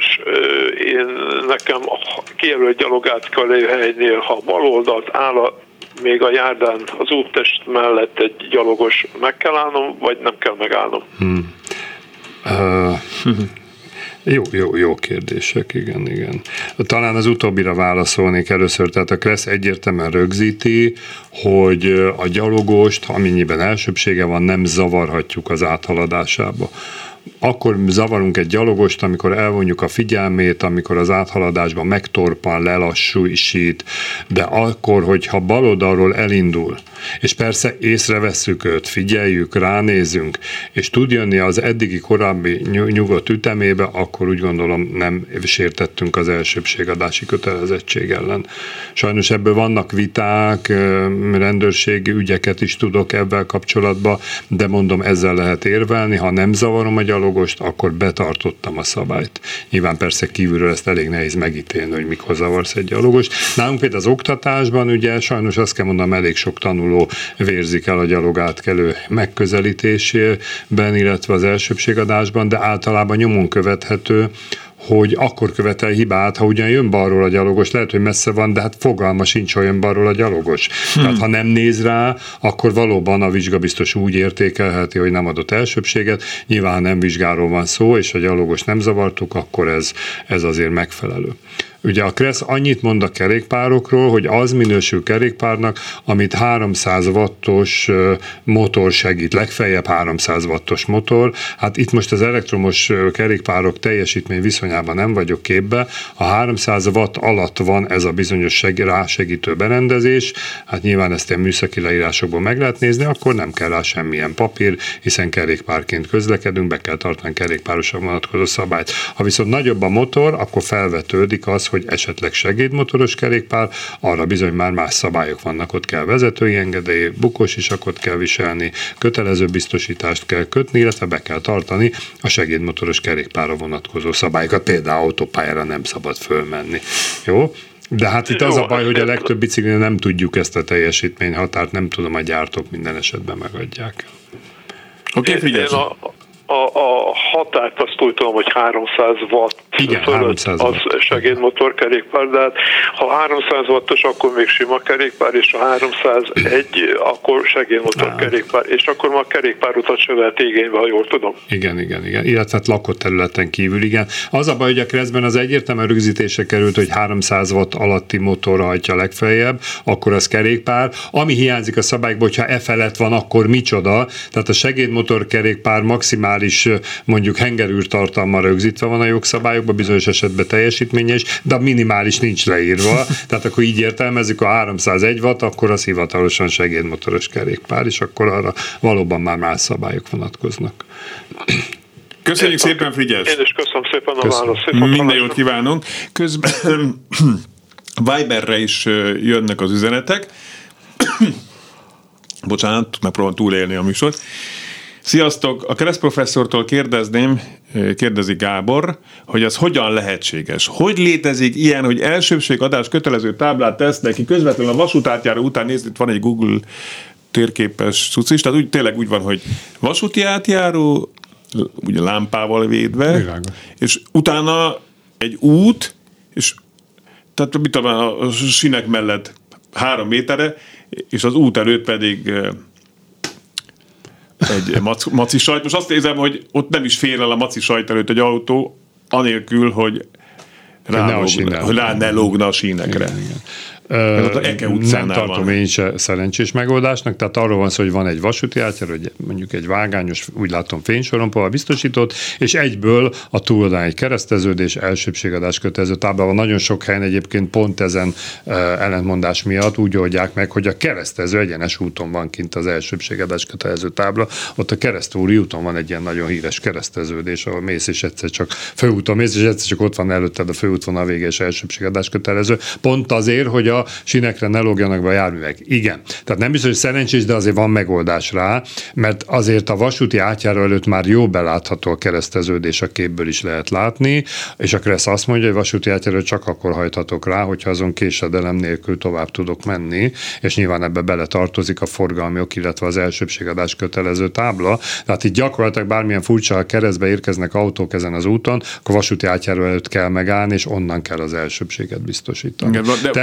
nekem kijelölt gyalogátkelőhelynél, ha bal oldalt áll még a járdán az úttest mellett egy gyalogos, meg kell állnom, vagy nem kell megállnom? Jó kérdések, igen. Talán az utóbbira válaszolnék először, tehát a Kressz egyértelműen rögzíti, hogy a gyalogost, amennyiben elsőbbsége van, nem zavarhatjuk az áthaladásába. akkor zavarunk egy gyalogost, amikor elvonjuk a figyelmét, amikor az áthaladásban megtorpan, lelassúsít, de akkor, hogyha bal oldalról elindul, és persze észrevesszük őt, figyeljük, ránézünk, és tud jönni az eddigi korábbi nyugodt ütemébe, akkor úgy gondolom nem sértettünk az elsőbbségadási kötelezettség ellen. Sajnos ebből vannak viták, rendőrségi ügyeket is tudok ebben kapcsolatban, de mondom, ezzel lehet érvelni, ha nem zavarom a gyalogost, akkor betartottam a szabályt. Nyilván persze kívülről ezt elég nehéz megítélni, hogy mikor zavarsz egy gyalogost. Nálunk például az oktatásban ugye sajnos azt kell mondanom, elég sok tanuló vérzik el a gyalogátkelő megközelítésében, illetve az elsőbbségadásban, de általában nyomon követhető, hogy akkor követel hibát, ha ugyan jön balról a gyalogos, lehet, hogy messze van, de hát fogalma sincs, hogy jön balról a gyalogos. Tehát ha nem néz rá, akkor valóban a vizsgabiztos úgy értékelheti, hogy nem adott elsőbbséget. Nyilván, ha nem vizsgáról van szó, és a gyalogos nem zavartuk, akkor ez azért megfelelő. Ugye a KRESZ annyit mond a kerékpárokról, hogy az minősül kerékpárnak, amit 300 wattos motor segít, legfeljebb 300 wattos motor. Hát itt most az elektromos kerékpárok teljesítmény viszonyában nem vagyok képbe. Ha 300 watt alatt van ez a bizonyos rásegítő berendezés, hát nyilván ezt ilyen műszaki leírásokból meg lehet nézni, akkor nem kell rá semmilyen papír, hiszen kerékpárként közlekedünk, be kell tartani kerékpárosan vonatkozó szabályt. Ha viszont nagyobb a motor, akkor felvetődik az, hogy esetleg segédmotoros kerékpár, arra bizony már más szabályok vannak, ott kell vezetői engedély, bukós isakot kell viselni, kötelező biztosítást kell kötni, illetve be kell tartani a segédmotoros kerékpárra vonatkozó szabályokat, például autópályára nem szabad fölmenni. Jó? De hát itt az a baj, hogy a legtöbb biciklinél nem tudjuk ezt a teljesítményhatárt, nem tudom, a gyártók minden esetben megadják. Oké, figyelj! A határt azt úgy tudom, hogy 300 watt fölött az segédmotor kerékpár, de hát ha 300 wattos, akkor még sima kerékpár, és ha 301, akkor segédmotor kerékpár, és akkor már kerékpárutat se vehet igénybe, ha jól tudom. Igen. Illetve hát lakott területen kívül, igen. Az a baj, hogy a KRESZ-ben az egyértelműen rögzítése került, hogy 300 watt alatti motorra hajtja legfeljebb, akkor az kerékpár. Ami hiányzik a szabályokból, hogyha e felett van, akkor micsoda? Tehát a segédmotor kerékpár maximális mondjuk hengerűrtartalma rögzítve van a jogszabályokban, bizonyos esetben teljesítményes, de a minimális nincs leírva. Tehát akkor így értelmezzük, a 301 watt, akkor az hivatalosan segédmotoros kerékpár, és akkor arra valóban már más szabályok vonatkoznak. Köszönjük szépen, Frigyes! Én is köszönöm szépen a választ. Minden jót kívánunk! Közben Viberre is jönnek az üzenetek. Bocsánat, megpróbálom túlélni a műsort. Sziasztok! A KRESZ professzortól kérdezi Gábor, hogy az hogyan lehetséges. Hogy létezik ilyen, hogy elsőbbségadás kötelező táblát tesznek ki közvetlenül a vasútátjáró után, nézd, itt van egy Google térképes cucc, tehát tényleg úgy van, hogy vasúti átjáró, ugye lámpával védve, Világos. És utána egy út, és tehát mit tudom, a sinek mellett 3 méterre, és az út előtt pedig egy maci sajt. Most azt érzem, hogy ott nem is fér el a maci sajt előtt egy autó, anélkül, hogy rá ne lógna a sínekre. Igen. Nem tartom én se szerencsés megoldásnak, tehát arról van szó, hogy van egy vasúti átjáró, mondjuk egy vágányos, úgy látom fénysorompóval biztosított, és egyből a túloldalán egy kereszteződés, elsőbbségadás kötelező táblával. Nagyon sok helyen egyébként pont ezen ellentmondás miatt úgy oldják meg, hogy a keresztező egyenes úton van kint az elsőbbségadás kötelező tábla. Ott a Keresztúri úton van egy ilyen nagyon híres kereszteződés, ahol mész, és egyszer csak főúton mész, és egyszer csak ott van előtted a főútvonal vége és elsőbbségadás kötelező. Pont azért, hogy a sinekre ne lógjanak be a járművek. Igen. Tehát nem biztos, hogy szerencsés, de azért van megoldás rá, mert azért a vasúti átjáró előtt már jó belátható a kereszteződés, a képből is lehet látni, és a KRESZ azt mondja, hogy vasúti átjáró csak akkor hajthatok rá, hogyha azon késedelem nélkül tovább tudok menni, és nyilván ebbe bele tartozik a forgalmi ok, illetve az elsőbbségadás kötelező tábla. Tehát itt gyakorlatilag bármilyen furcsa, a keresztbe érkeznek autók ezen az úton, akkor vasúti átjáró előtt kell megállni, és onnan kell az elsőbbséget biztosítani. Igen, de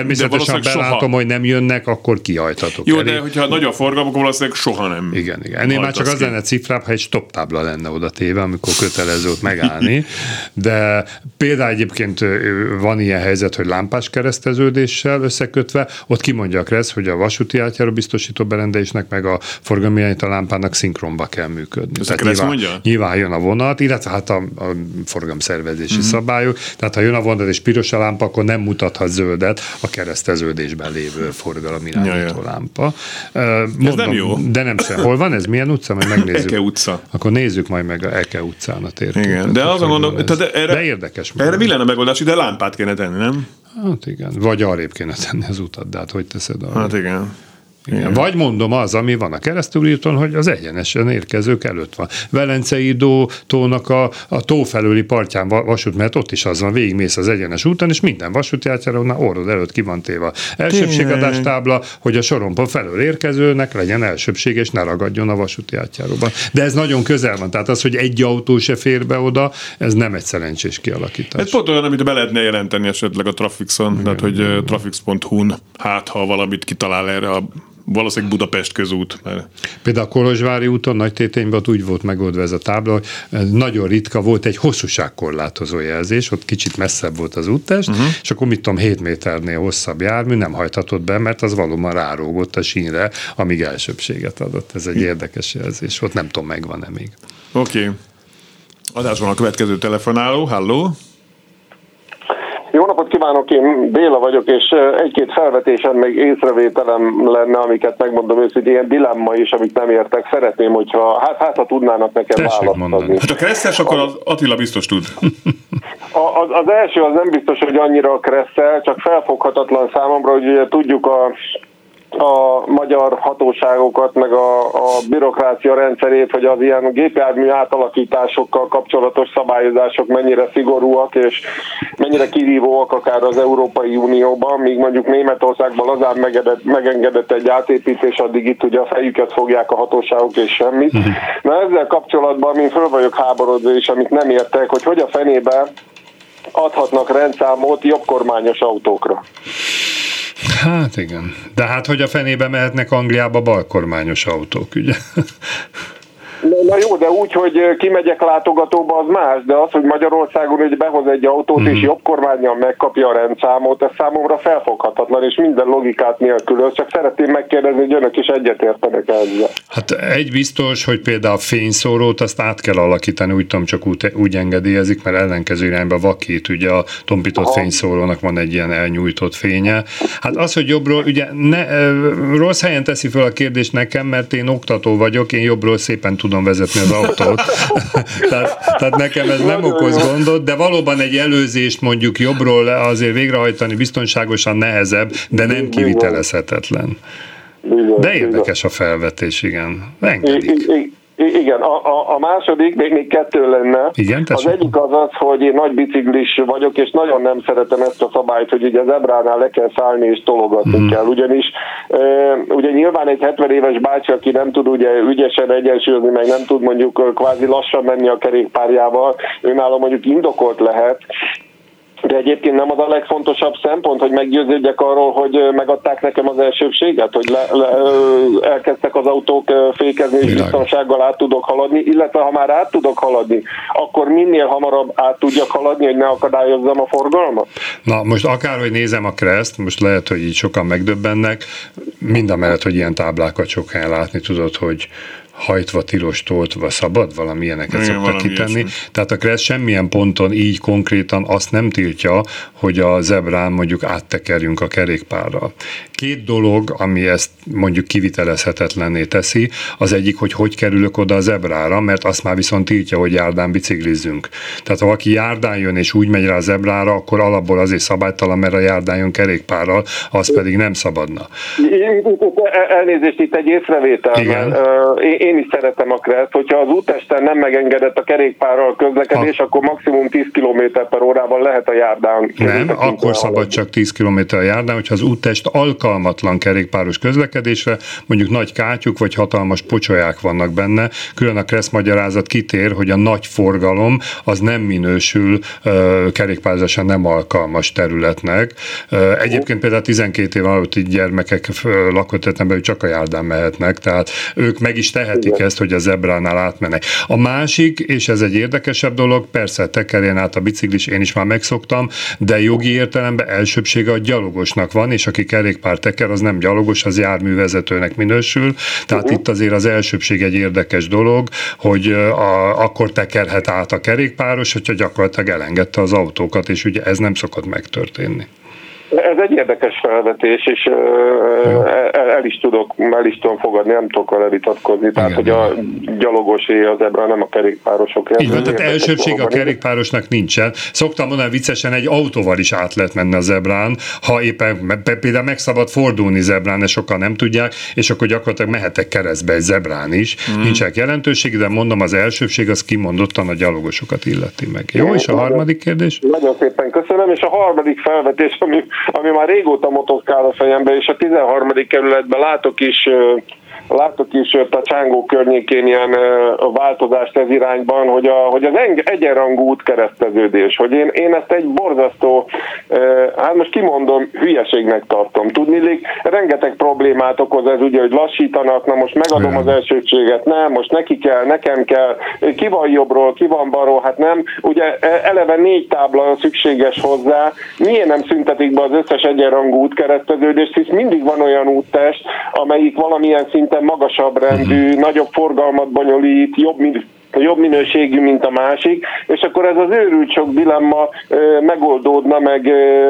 biztosan belátom, hogy nem jönnek, akkor kihajthatok. Jó, de hogyha nagy a forgalom, akkor valószínűleg soha nem. Igen. Ennél már csak az lenne cifrább, ha egy stop tábla lenne oda téve, amikor kötelező ott megállni. De például egyébként van ilyen helyzet, hogy lámpás kereszteződéssel összekötve, ott kimondja a KRESZ, hogy a vasúti átjáró biztosító berendezésnek meg a forgalmi irányító lámpának szinkronba kell működni. Nyilván jön a vonat, illetve hát a forgalomszervezési szabályok. Tehát ha jön a vonat és piros a lámpa, akkor nem mutathat zöldet a kereszteződésben lévő forgalomirányító lámpa. Ez nem jó. De nem sem. Hol van ez? Milyen utca? Majd megnézzük. Eke utca. Akkor nézzük majd meg a Eke utcán a térképet. Igen, de azon gondolom, de érdekes. Erre mi lenne megoldás, de lámpát kéne tenni, nem? Hát igen. Vagy arrébb kéne tenni az utat, de hát hogy teszed arra? Hát igen. Igen. Vagy mondom az, ami van a keresztúríton, hogy az egyenesen érkezők előtt van. Velencei tónak a tó felőli partján vasút, mert ott is az van, végigmész az egyenes úton, és minden vasúti átjárónál orrod előtt ki van téve elsőbségadás tábla, hogy a sorompon felől érkezőnek legyen elsőbség, és ne ragadjon a vasúti átjáróban. De ez nagyon közel van, tehát az, hogy egy autó se fér be oda, ez nem egy szerencsés kialakítás. Ez pont olyan, amit be lehetne jelenteni esetleg a Trafixon, tehát hogy trafix.hu-n, hát ha valamit kitalál erre a valószínűleg Budapest közút. Mert... Például a Kolozsvári úton, Nagytétényben ott úgy volt megoldva ez a tábla, hogy nagyon ritka volt egy hosszúságkorlátozó jelzés, ott kicsit messzebb volt az úttest, és akkor 7 méternél hosszabb jármű nem hajthatott be, mert az valóban rárógott a sínre, amíg elsőbséget adott. Ez egy érdekes jelzés volt, nem tudom, megvan-e még. Oké. Adásban a következő telefonáló, halló! Jó napot kívánok, én Béla vagyok, és egy-két felvetésen még észrevételem lenne, amiket megmondom őszintén, ilyen dilemma is, amit nem értek. Szeretném, hogyha, ha tudnának nekem választ adni. Hát a Kresszes, akkor az Attila biztos tud. Az első az nem biztos, hogy annyira a Kresszel, csak felfoghatatlan számomra, hogy ugye tudjuk a magyar hatóságokat, meg a bürokrácia rendszerét, hogy az ilyen gépjármű átalakításokkal kapcsolatos szabályozások mennyire szigorúak, és mennyire kirívóak akár az Európai Unióban, míg mondjuk Németországban lazán megengedett egy átépítés, addig itt ugye a fejüket fogják a hatóságok és semmit. Na ezzel kapcsolatban én föl vagyok háborodva, és amit nem értek, hogy a fenébe adhatnak rendszámot jobbkormányos autókra. Hát igen. De hát, hogy a fenébe mehetnek Angliába balkormányos autók, ugye? Na jó, de úgy, hogy kimegyek látogatóba, az más, de az, hogy Magyarországon egy behoz egy autót, és jobb kormánnyal megkapja a rendszámot, ez számomra felfoghatatlan, és minden logikát nélkülöz. Csak szeretném megkérdezni, hogy önök is egyetértenek ezzel. Hát egy biztos, hogy például a fényszórót azt át kell alakítani, úgy tudom, csak úgy engedélyezik, mert ellenkező irányba vakít, ugye a tompított fényszórónak van egy ilyen elnyújtott fénye. Hát az, hogy jobbról, ugye rossz helyen teszi fel a kérdést nekem, mert én oktató vagyok, én jobbról szépen tudom vezetni az autót. tehát nekem ez nem okoz gondot, de valóban egy előzést mondjuk jobbról azért végrehajtani biztonságosan nehezebb, de nem kivitelezhetetlen. De érdekes a felvetés, igen. Engedik. Igen, a második, még kettő lenne. Igen, az egyik az, hogy én nagy biciklis vagyok, és nagyon nem szeretem ezt a szabályt, hogy ugye az zebránál le kell szállni és tologatni kell. Ugyanis ugye nyilván egy 70 éves bácsi, aki nem tud ugye ügyesen egyensúlyozni, meg nem tud mondjuk kvázi lassan menni a kerékpárjával, őnála mondjuk indokolt lehet. De egyébként nem az a legfontosabb szempont, hogy meggyőződjek arról, hogy megadták nekem az elsőbséget, hogy elkezdtek az autók fékezni, és biztonsággal át tudok haladni, illetve ha már át tudok haladni, akkor minél hamarabb át tudjak haladni, hogy ne akadályozzam a forgalmat? Na, most akárhogy nézem a Kreszt, most lehet, hogy így sokan megdöbbennek, mindamellett, hogy ilyen táblákat sok helyen látni tudod, hogy hajtva, tilos, toltva, szabad, valami ilyeneket szoktak kitenni. Ilyesmi. Tehát a Kressz semmilyen ponton így konkrétan azt nem tiltja, hogy a zebrán mondjuk áttekerjünk a kerékpárral. Két dolog, ami ezt mondjuk kivitelezhetetlenné teszi, az egyik, hogy kerülök oda a zebrára, mert azt már viszont tiltja, hogy járdán biciklizzünk. Tehát ha valaki járdán jön és úgy megy rá a zebrára, akkor alapból azért szabálytalan, mert a járdán jön kerékpárral, az pedig nem szabadna. Elnézést, itt egy észrevétel. Én is szeretem a Kreszt, hogyha az útesten nem megengedett a kerékpárral közlekedés, akkor maximum 10 km/h lehet a járdán. Nem, akkor szabad csak 10 km a járdán, hogyha az úttest alkalmazkodik alkalmatlan kerékpáros közlekedésre, mondjuk nagy kátyuk vagy hatalmas pocsolyák vannak benne. Külön a Kressz magyarázat kitér, hogy a nagy forgalom az nem minősül kerékpározásra nem alkalmas területnek. Egyébként például 12 év alatti gyermekek lakóterületben csak a járdán mehetnek, tehát ők meg is tehetik ezt, hogy a zebránál átmennek. A másik, és ez egy érdekesebb dolog, persze tekerjen át a biciklis, én is már megszoktam, de jogi értelemben elsőbsége a gyalogosnak van, és aki kerékpár teker, az nem gyalogos, az járművezetőnek minősül. Tehát itt azért az elsőbség egy érdekes dolog, hogy akkor tekerhet át a kerékpáros, hogyha gyakorlatilag elengedte az autókat, és ugye ez nem szokott megtörténni. Ez egy érdekes felvetés, és el is tudom fogadni, nem tudok vele vitatkozni. Tehát, igen, hogy a gyalogosé a zebra, nem a kerékpárosok. Így van, tehát elsőbség a kerékpárosnak nincsen. Szoktam mondani viccesen, egy autóval is át lehet menni a zebrán, ha éppen például meg szabad fordulni zebrán, de sokan nem tudják, és akkor gyakorlatilag mehetek keresztbe egy zebrán is. Nincsenek jelentőség, de mondom, az elsőbség az kimondottan a gyalogosokat illeti meg. Jó, és a harmadik kérdés? Nagyon szépen köszönöm, és a harmadik felvetés, ami már régóta motoszkál a fejembe, és a 13. kerületben látok is a Csángó környékén ilyen változást ez irányban, hogy az egyenrangú útkereszteződés, hogy én ezt egy borzasztó, hát most kimondom, hülyeségnek tartom. Tudniillik, rengeteg problémát okoz ez, ugye, hogy lassítanak, na most megadom az elsőbséget, nem, most neki kell, nekem kell, ki van jobbról, ki van balról, hát nem. Ugye eleve 4 tábla szükséges hozzá, miért nem szüntetik be az összes egyenrangú útkereszteződést, hisz mindig van olyan úttest, amelyik valamilyen szinten magasabb rendű, nagyobb forgalmat bonyolít, jobb minőségű, mint a másik, és akkor ez az őrült sok dilemma megoldódna, meg,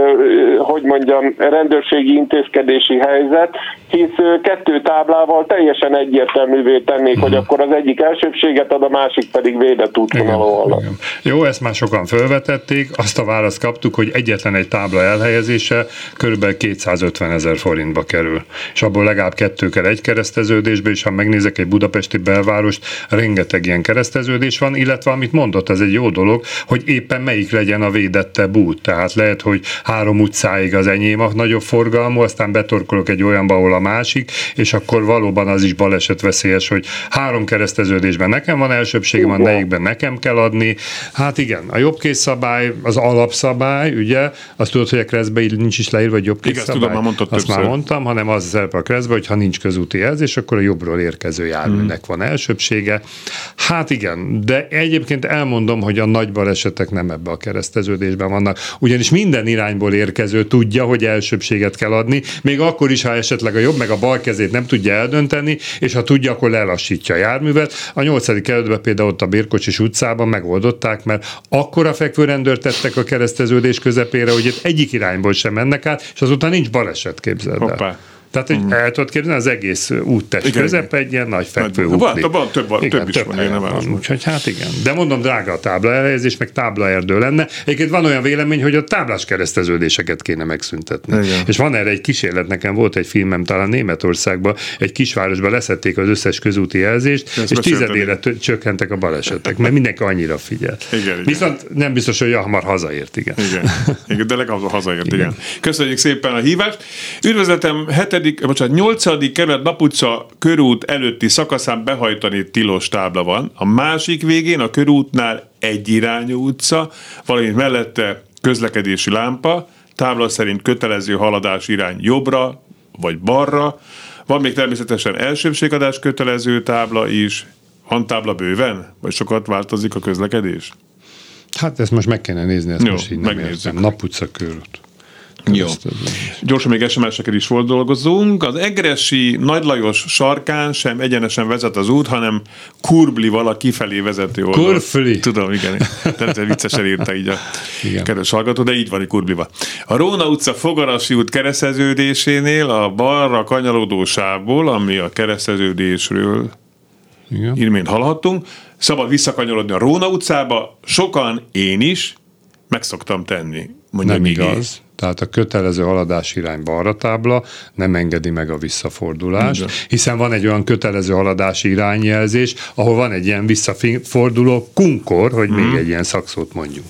hogy mondjam, rendőrségi intézkedési helyzet, hisz 2 táblával teljesen egyértelművé tennék, hogy akkor az egyik elsőbséget ad, a másik pedig védett útvonalon alatt. Jó, ezt már sokan felvetették, azt a választ kaptuk, hogy egyetlen egy tábla elhelyezése kb. 250 000 forintba kerül. És abból legalább 2 kell egy kereszteződésbe, és ha megnézek egy budapesti belvárost, rengeteg ilyen kereszteződés van, illetve amit mondott, ez egy jó dolog, hogy éppen melyik legyen a védettebb út. Tehát lehet, hogy 3 utcáig az enyém a nagyobb forgalmú, aztán betorkolok egy olyanba, ahol a másik, és akkor valóban az is balesetveszélyes, hogy 3 kereszteződésben nekem van elsőbségem, a negyikben nekem kell adni. Hát igen, a jobbkészszabály, az alapszabály, ugye, azt tudod, hogy a Kresszben nincs is leírva, hogy jobbkészszabály. Azt már mondtam, hanem az szerepel a Kresszben, hogy ha nincs közúti jelzés, akkor a jobbról érkező járműnek van elsőbsége. Hát igen, de egyébként elmondom, hogy a nagy balesetek nem ebbe a kereszteződésben vannak, ugyanis minden irányból érkező tudja, hogy elsőbséget kell adni, még akkor is, ha esetleg a jobb meg a bal kezét nem tudja eldönteni, és ha tudja, akkor lelassítja a járművet. A 8. kerületben például ott a Bérkocsis utcában megoldották, mert akkora fekvőrendőrt tettek a kereszteződés közepére, hogy itt egyik irányból sem mennek át, és azután nincs baleset, képzeld el. Hoppá. Tehát, hogy el tudod képzelni, az egész úttest közep egy ilyen nagy fekvő útli. Van több is van. Úgyhogy hát igen. De mondom, drága a tábla elhelyezés, meg táblaerdő lenne. Egyébként van olyan vélemény, hogy a táblás kereszteződéseket kéne megszüntetni. Igen. És van erre egy kísérlet, nekem volt egy filmem talán Németországban, egy kisvárosban leszették az összes közúti jelzést, és 10-ére csökkentek a balesetek, mert mindenki annyira figyel. Igen. Viszont nem biztos, hogy hamar hazaért, igen. De legalább hazaért, igen. Köszönjük szépen a hívást. Üdvözletem, 8. kerület Naputca körút előtti szakaszán behajtani tilos tábla van. A másik végén a körútnál egyirányú utca, valamint mellette közlekedési lámpa, tábla szerint kötelező haladás irány jobbra vagy balra. Van még természetesen elsőbségadás kötelező tábla is. Van tábla bőven? Vagy sokat változik a közlekedés? Hát ezt most meg kéne nézni, ezt most így nem értem. Naputca körút. Jó. Gyorsan még SMS-eket is foldolgozunk. Az egressy Nagy Lajos sarkán sem egyenesen vezet az út, hanem kurblival a kifelé vezető oldal. Kurfli. Tudom, igen. Tehát viccesen írta így a kedves hallgató, de így van, kurblival. A Róna utca Fogarasi út kereszteződésénél a balra kanyarodó sávból, ami a kereszteződésről imént hallhattunk, szabad visszakanyarodni a Róna utcába. Sokan, én is meg szoktam tenni. Nem igaz. tehát a kötelező haladási irány balra tábla nem engedi meg a visszafordulást, hiszen van egy olyan kötelező haladási irányjelzés, ahol van egy ilyen visszaforduló kunkor, hogy még egy ilyen szakszót mondjunk.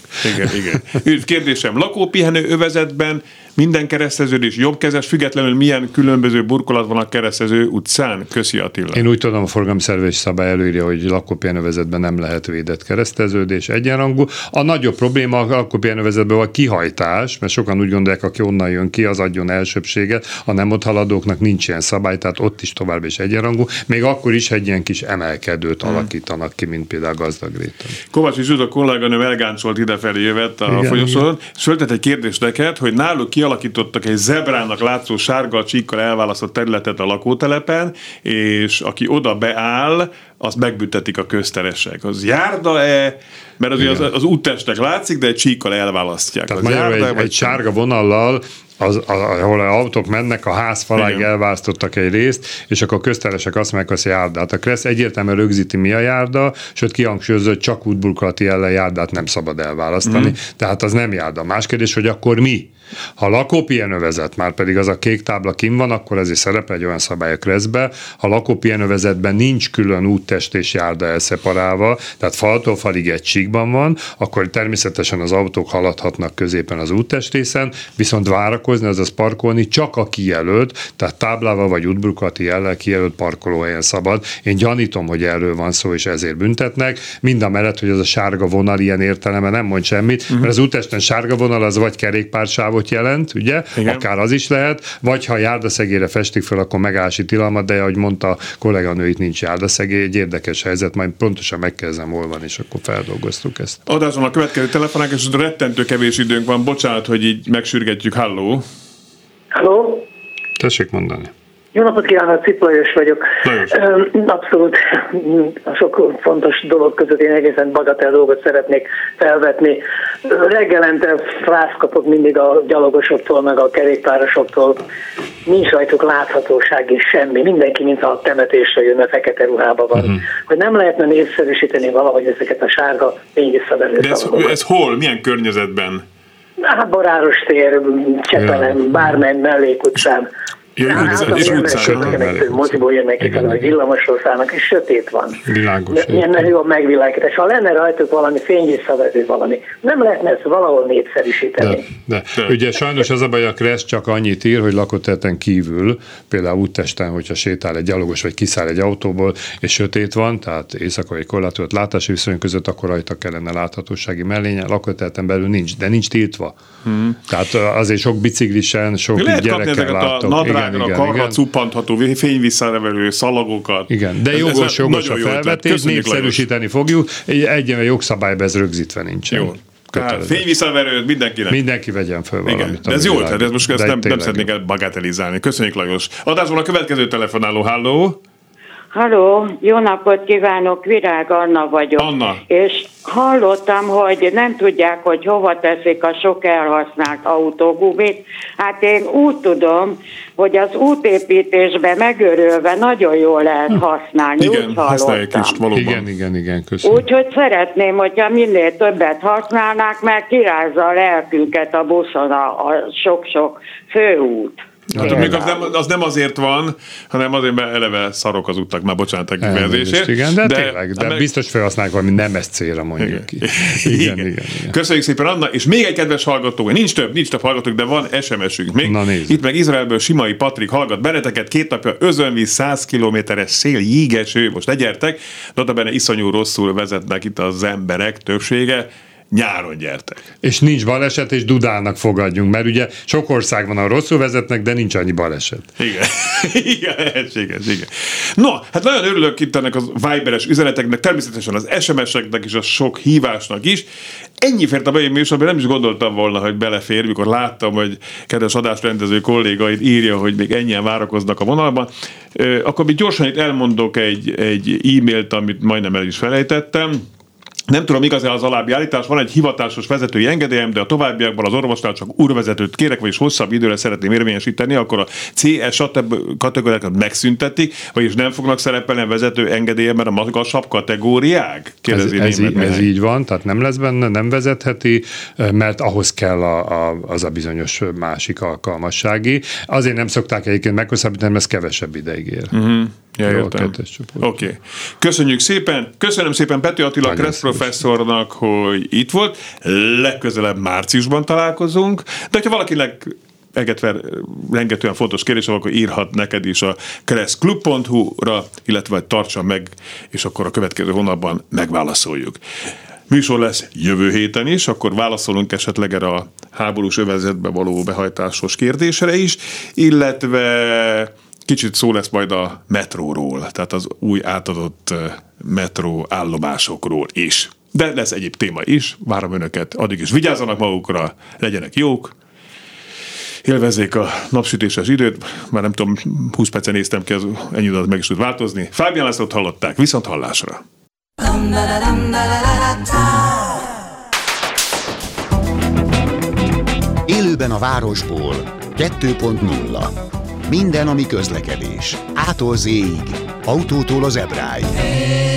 Igen. Kérdésem, lakópihenő övezetben minden kereszteződés jobbkezes, függetlenül milyen különböző burkolat van a keresztező utcán? Köszi, Attila. Én úgy tudom, a forgalmi szervezési szabály előírja, hogy lakópihenővezetben nem lehet védett kereszteződés egyenrangú. A nagyobb probléma a lakópihenővezetben a kihajtás, mert sokan úgy gondolják, aki onnan jön ki, az adjon elsőbséget, a nem ott haladóknak nincs ilyen szabály, tehát ott is tovább is egyenrangú, még akkor is egy ilyen kis emelkedőt alakítanak ki, mint például Gazdagréten. Kovács Zsuzsa kolléganőm elgáncsolt idefelé jövet a folyosón, és föltett egy kérdést neked, hogy náluk kialakítottak egy zebrának látszó sárga csíkkal elválasztott területet a lakótelepen, és aki oda beáll, azt megbüntetik a közteresek. Az járda-e? Mert azért az úttestek látszik, de egy csíkkal elválasztják. Tehát magyarul egy sárga vonallal, ahol az autók mennek, a ház faláig elválasztottak egy részt, és akkor a közteresek azt mondják, hogy járdát. A KRESZ egyértelműen rögzíti, mi a járda, sőt kihangsúlyozza, hogy csak útburkolati jellel járdát nem szabad elválasztani. Tehát az nem járda. Más kérdés, hogy akkor mi? Ha lakópihenővezet, már pedig az a kék tábla kint van, akkor ezért szerepel egy olyan szabály a KRESZ-be, ha lakópihenővezetben nincs külön úttest és járda elszeparálva, tehát faltól falig egy csíkban van, akkor természetesen az autók haladhatnak középen az úttestészen, viszont várakozni, azaz parkolni csak a kijelölt, tehát táblával vagy útburkolati jellel kijelölt parkolóhelyen szabad. Én gyanítom, hogy erről van szó, és ezért büntetnek. Mindamellett, hogy az a sárga vonal ilyen értelemben nem mond semmit, mert az úttesten sárga vonal az vagy kerékpársávot jelent, ugye? Igen. Akár az is lehet, vagy ha járdaszegélyre festik föl, akkor megállási tilalmat, de ahogy mondta a kolléganő, itt nincs járdaszegély, egy érdekes helyzet, majd pontosan megkezdem olvani, és akkor feldolgoztuk ezt. Adáson a következő telefonák, és rettentő kevés időnk van, bocsánat, hogy így megsürgetjük. Halló! Halló! Tessék mondani. Jó napot kívánok, Cip Lajos vagyok. Abszolút a sok fontos dolog között én egészen bagatel dolgot szeretnék felvetni. Reggelente frászt kapok mindig a gyalogosoktól, meg a kerékpárosoktól. Nincs rajtuk láthatóság és semmi. Mindenki, mint a temetésre jönne, fekete ruhában van. Hogy nem lehetne népszerűsíteni valahogy ezeket a sárga fényvisszaverő szalagokat. De ez hol? Milyen környezetben? Hát Baráros tér, Csepelen, bármely mellékutcán. Moziból jönnek ki fel, hogy villamosról szállnak, és sötét van. Világos. Milyen jó a megvilágítás. Ha lenne rajtuk valami fényvisszaverő valami, nem lehetne ezt valahol népszerűsíteni. De. Ugye sajnos az a baj, a KRESZ csak annyit ír, hogy lakóterületen kívül, például úttesten, hogyha sétál egy gyalogos, vagy kiszáll egy autóból, és sötét van, tehát éjszakai korlátozott látási viszonyok között, akkor rajta kellene láthatósági mellénye, lakóterületen belül nincs, de nincs tiltva. Tehát azért sok biciklisen, sok gyereken látok. A karra cuppantható, fényvisszaverő szalagokat. Igen, de jogos a felvetés, népszerűsíteni fogjuk, egy jogszabályban ez rögzítve nincsen. Jó. Fényvisszaverőt mindenkinek. Mindenki vegyen fel valamit. De ez jó, tehát ez most ezt nem szeretnék elbagatelizálni. Köszönjük, Lajos. Adásban a következő telefonáló. Halló! Halló, jó napot kívánok, Virág Anna vagyok. Anna. És hallottam, hogy nem tudják, hogy hova teszik a sok elhasznált autógumit. Hát én úgy tudom, hogy az útépítésben megörülve nagyon jól lehet használni. Igen, használják is valóban. Igen, köszönöm. Úgyhogy szeretném, hogyha minél többet használnák, mert kirázza a lelkünket a buszon a sok-sok főút. Hát még az nem azért van, hanem azért, mert eleve szarok az utak, már bocsánat a kifejezésért. Igen, de tényleg, de biztos felhasználják valami nemes célra, mondjuk ki. Igen. Köszönjük szépen, Anna, és még egy kedves hallgató, nincs több hallgatók, de van SMS-ünk még. Itt meg Izraelből Simai Patrik hallgat benneteket, 2 napja özönvíz, 100 kilométeres szél, jégeső, most legyertek, notabene iszonyú rosszul vezetnek itt az emberek többsége. Nyáron gyertek. És nincs baleset, és dudálnak fogadjunk, mert ugye sok ország van, ahol rosszul vezetnek, de nincs annyi baleset. Igen, lehetséges, igen. No, hát nagyon örülök itt ennek az Viberes üzeneteknek, természetesen az SMS-eknek és a sok hívásnak is. Ennyi fért a mai műsorban, nem is gondoltam volna, hogy belefér, mikor láttam, hogy kedves adásrendező kollégaid írja, hogy még ennyien várakoznak a vonalban. Akkor még gyorsan itt elmondok egy e-mailt, amit majdnem el is felejtettem. Nem tudom, igaz-e az alábbi állítás, van egy hivatásos vezetői engedélyem, de a továbbiakban az orvosnál csak úrvezetőt kérek, vagyis hosszabb időre szeretném érvényesíteni, akkor a CS kategóriákat megszüntetik, vagyis nem fognak szerepelni a vezető engedélyemben a magasabb kategóriák? Ez így van, tehát nem lesz benne, nem vezetheti, mert ahhoz kell az a bizonyos másik alkalmassági. Azért nem szokták egyébként meghosszabbítani, mert ez kevesebb ideig ér. Ja, értem. Oké. Köszönjük szépen. Köszönöm szépen Pető Attila Kressz professzornak, hogy itt volt. Legközelebb márciusban találkozunk. De ha valakinek rengetően fontos kérdés, akkor írhat neked is a kresszklub.hu-ra, illetve tartsa meg, és akkor a következő hónapban megválaszoljuk. Műsor lesz jövő héten is, akkor válaszolunk esetleg erre a háborús övezetbe való behajtásos kérdésre is, illetve kicsit szó lesz majd a metróról, tehát az új átadott metró állomásokról is. De lesz egyéb téma is, várom önöket, addig is vigyázzanak magukra, legyenek jók, élvezzék a napsütéses időt, már nem tudom, 20 percen néztem ki, ennyi adat meg is tud változni. Fábián Lászlót hallották, viszont hallásra! Élőben a városból 2.0. Minden, ami közlekedés. A-tól Z-ig, autótól az Ebráig.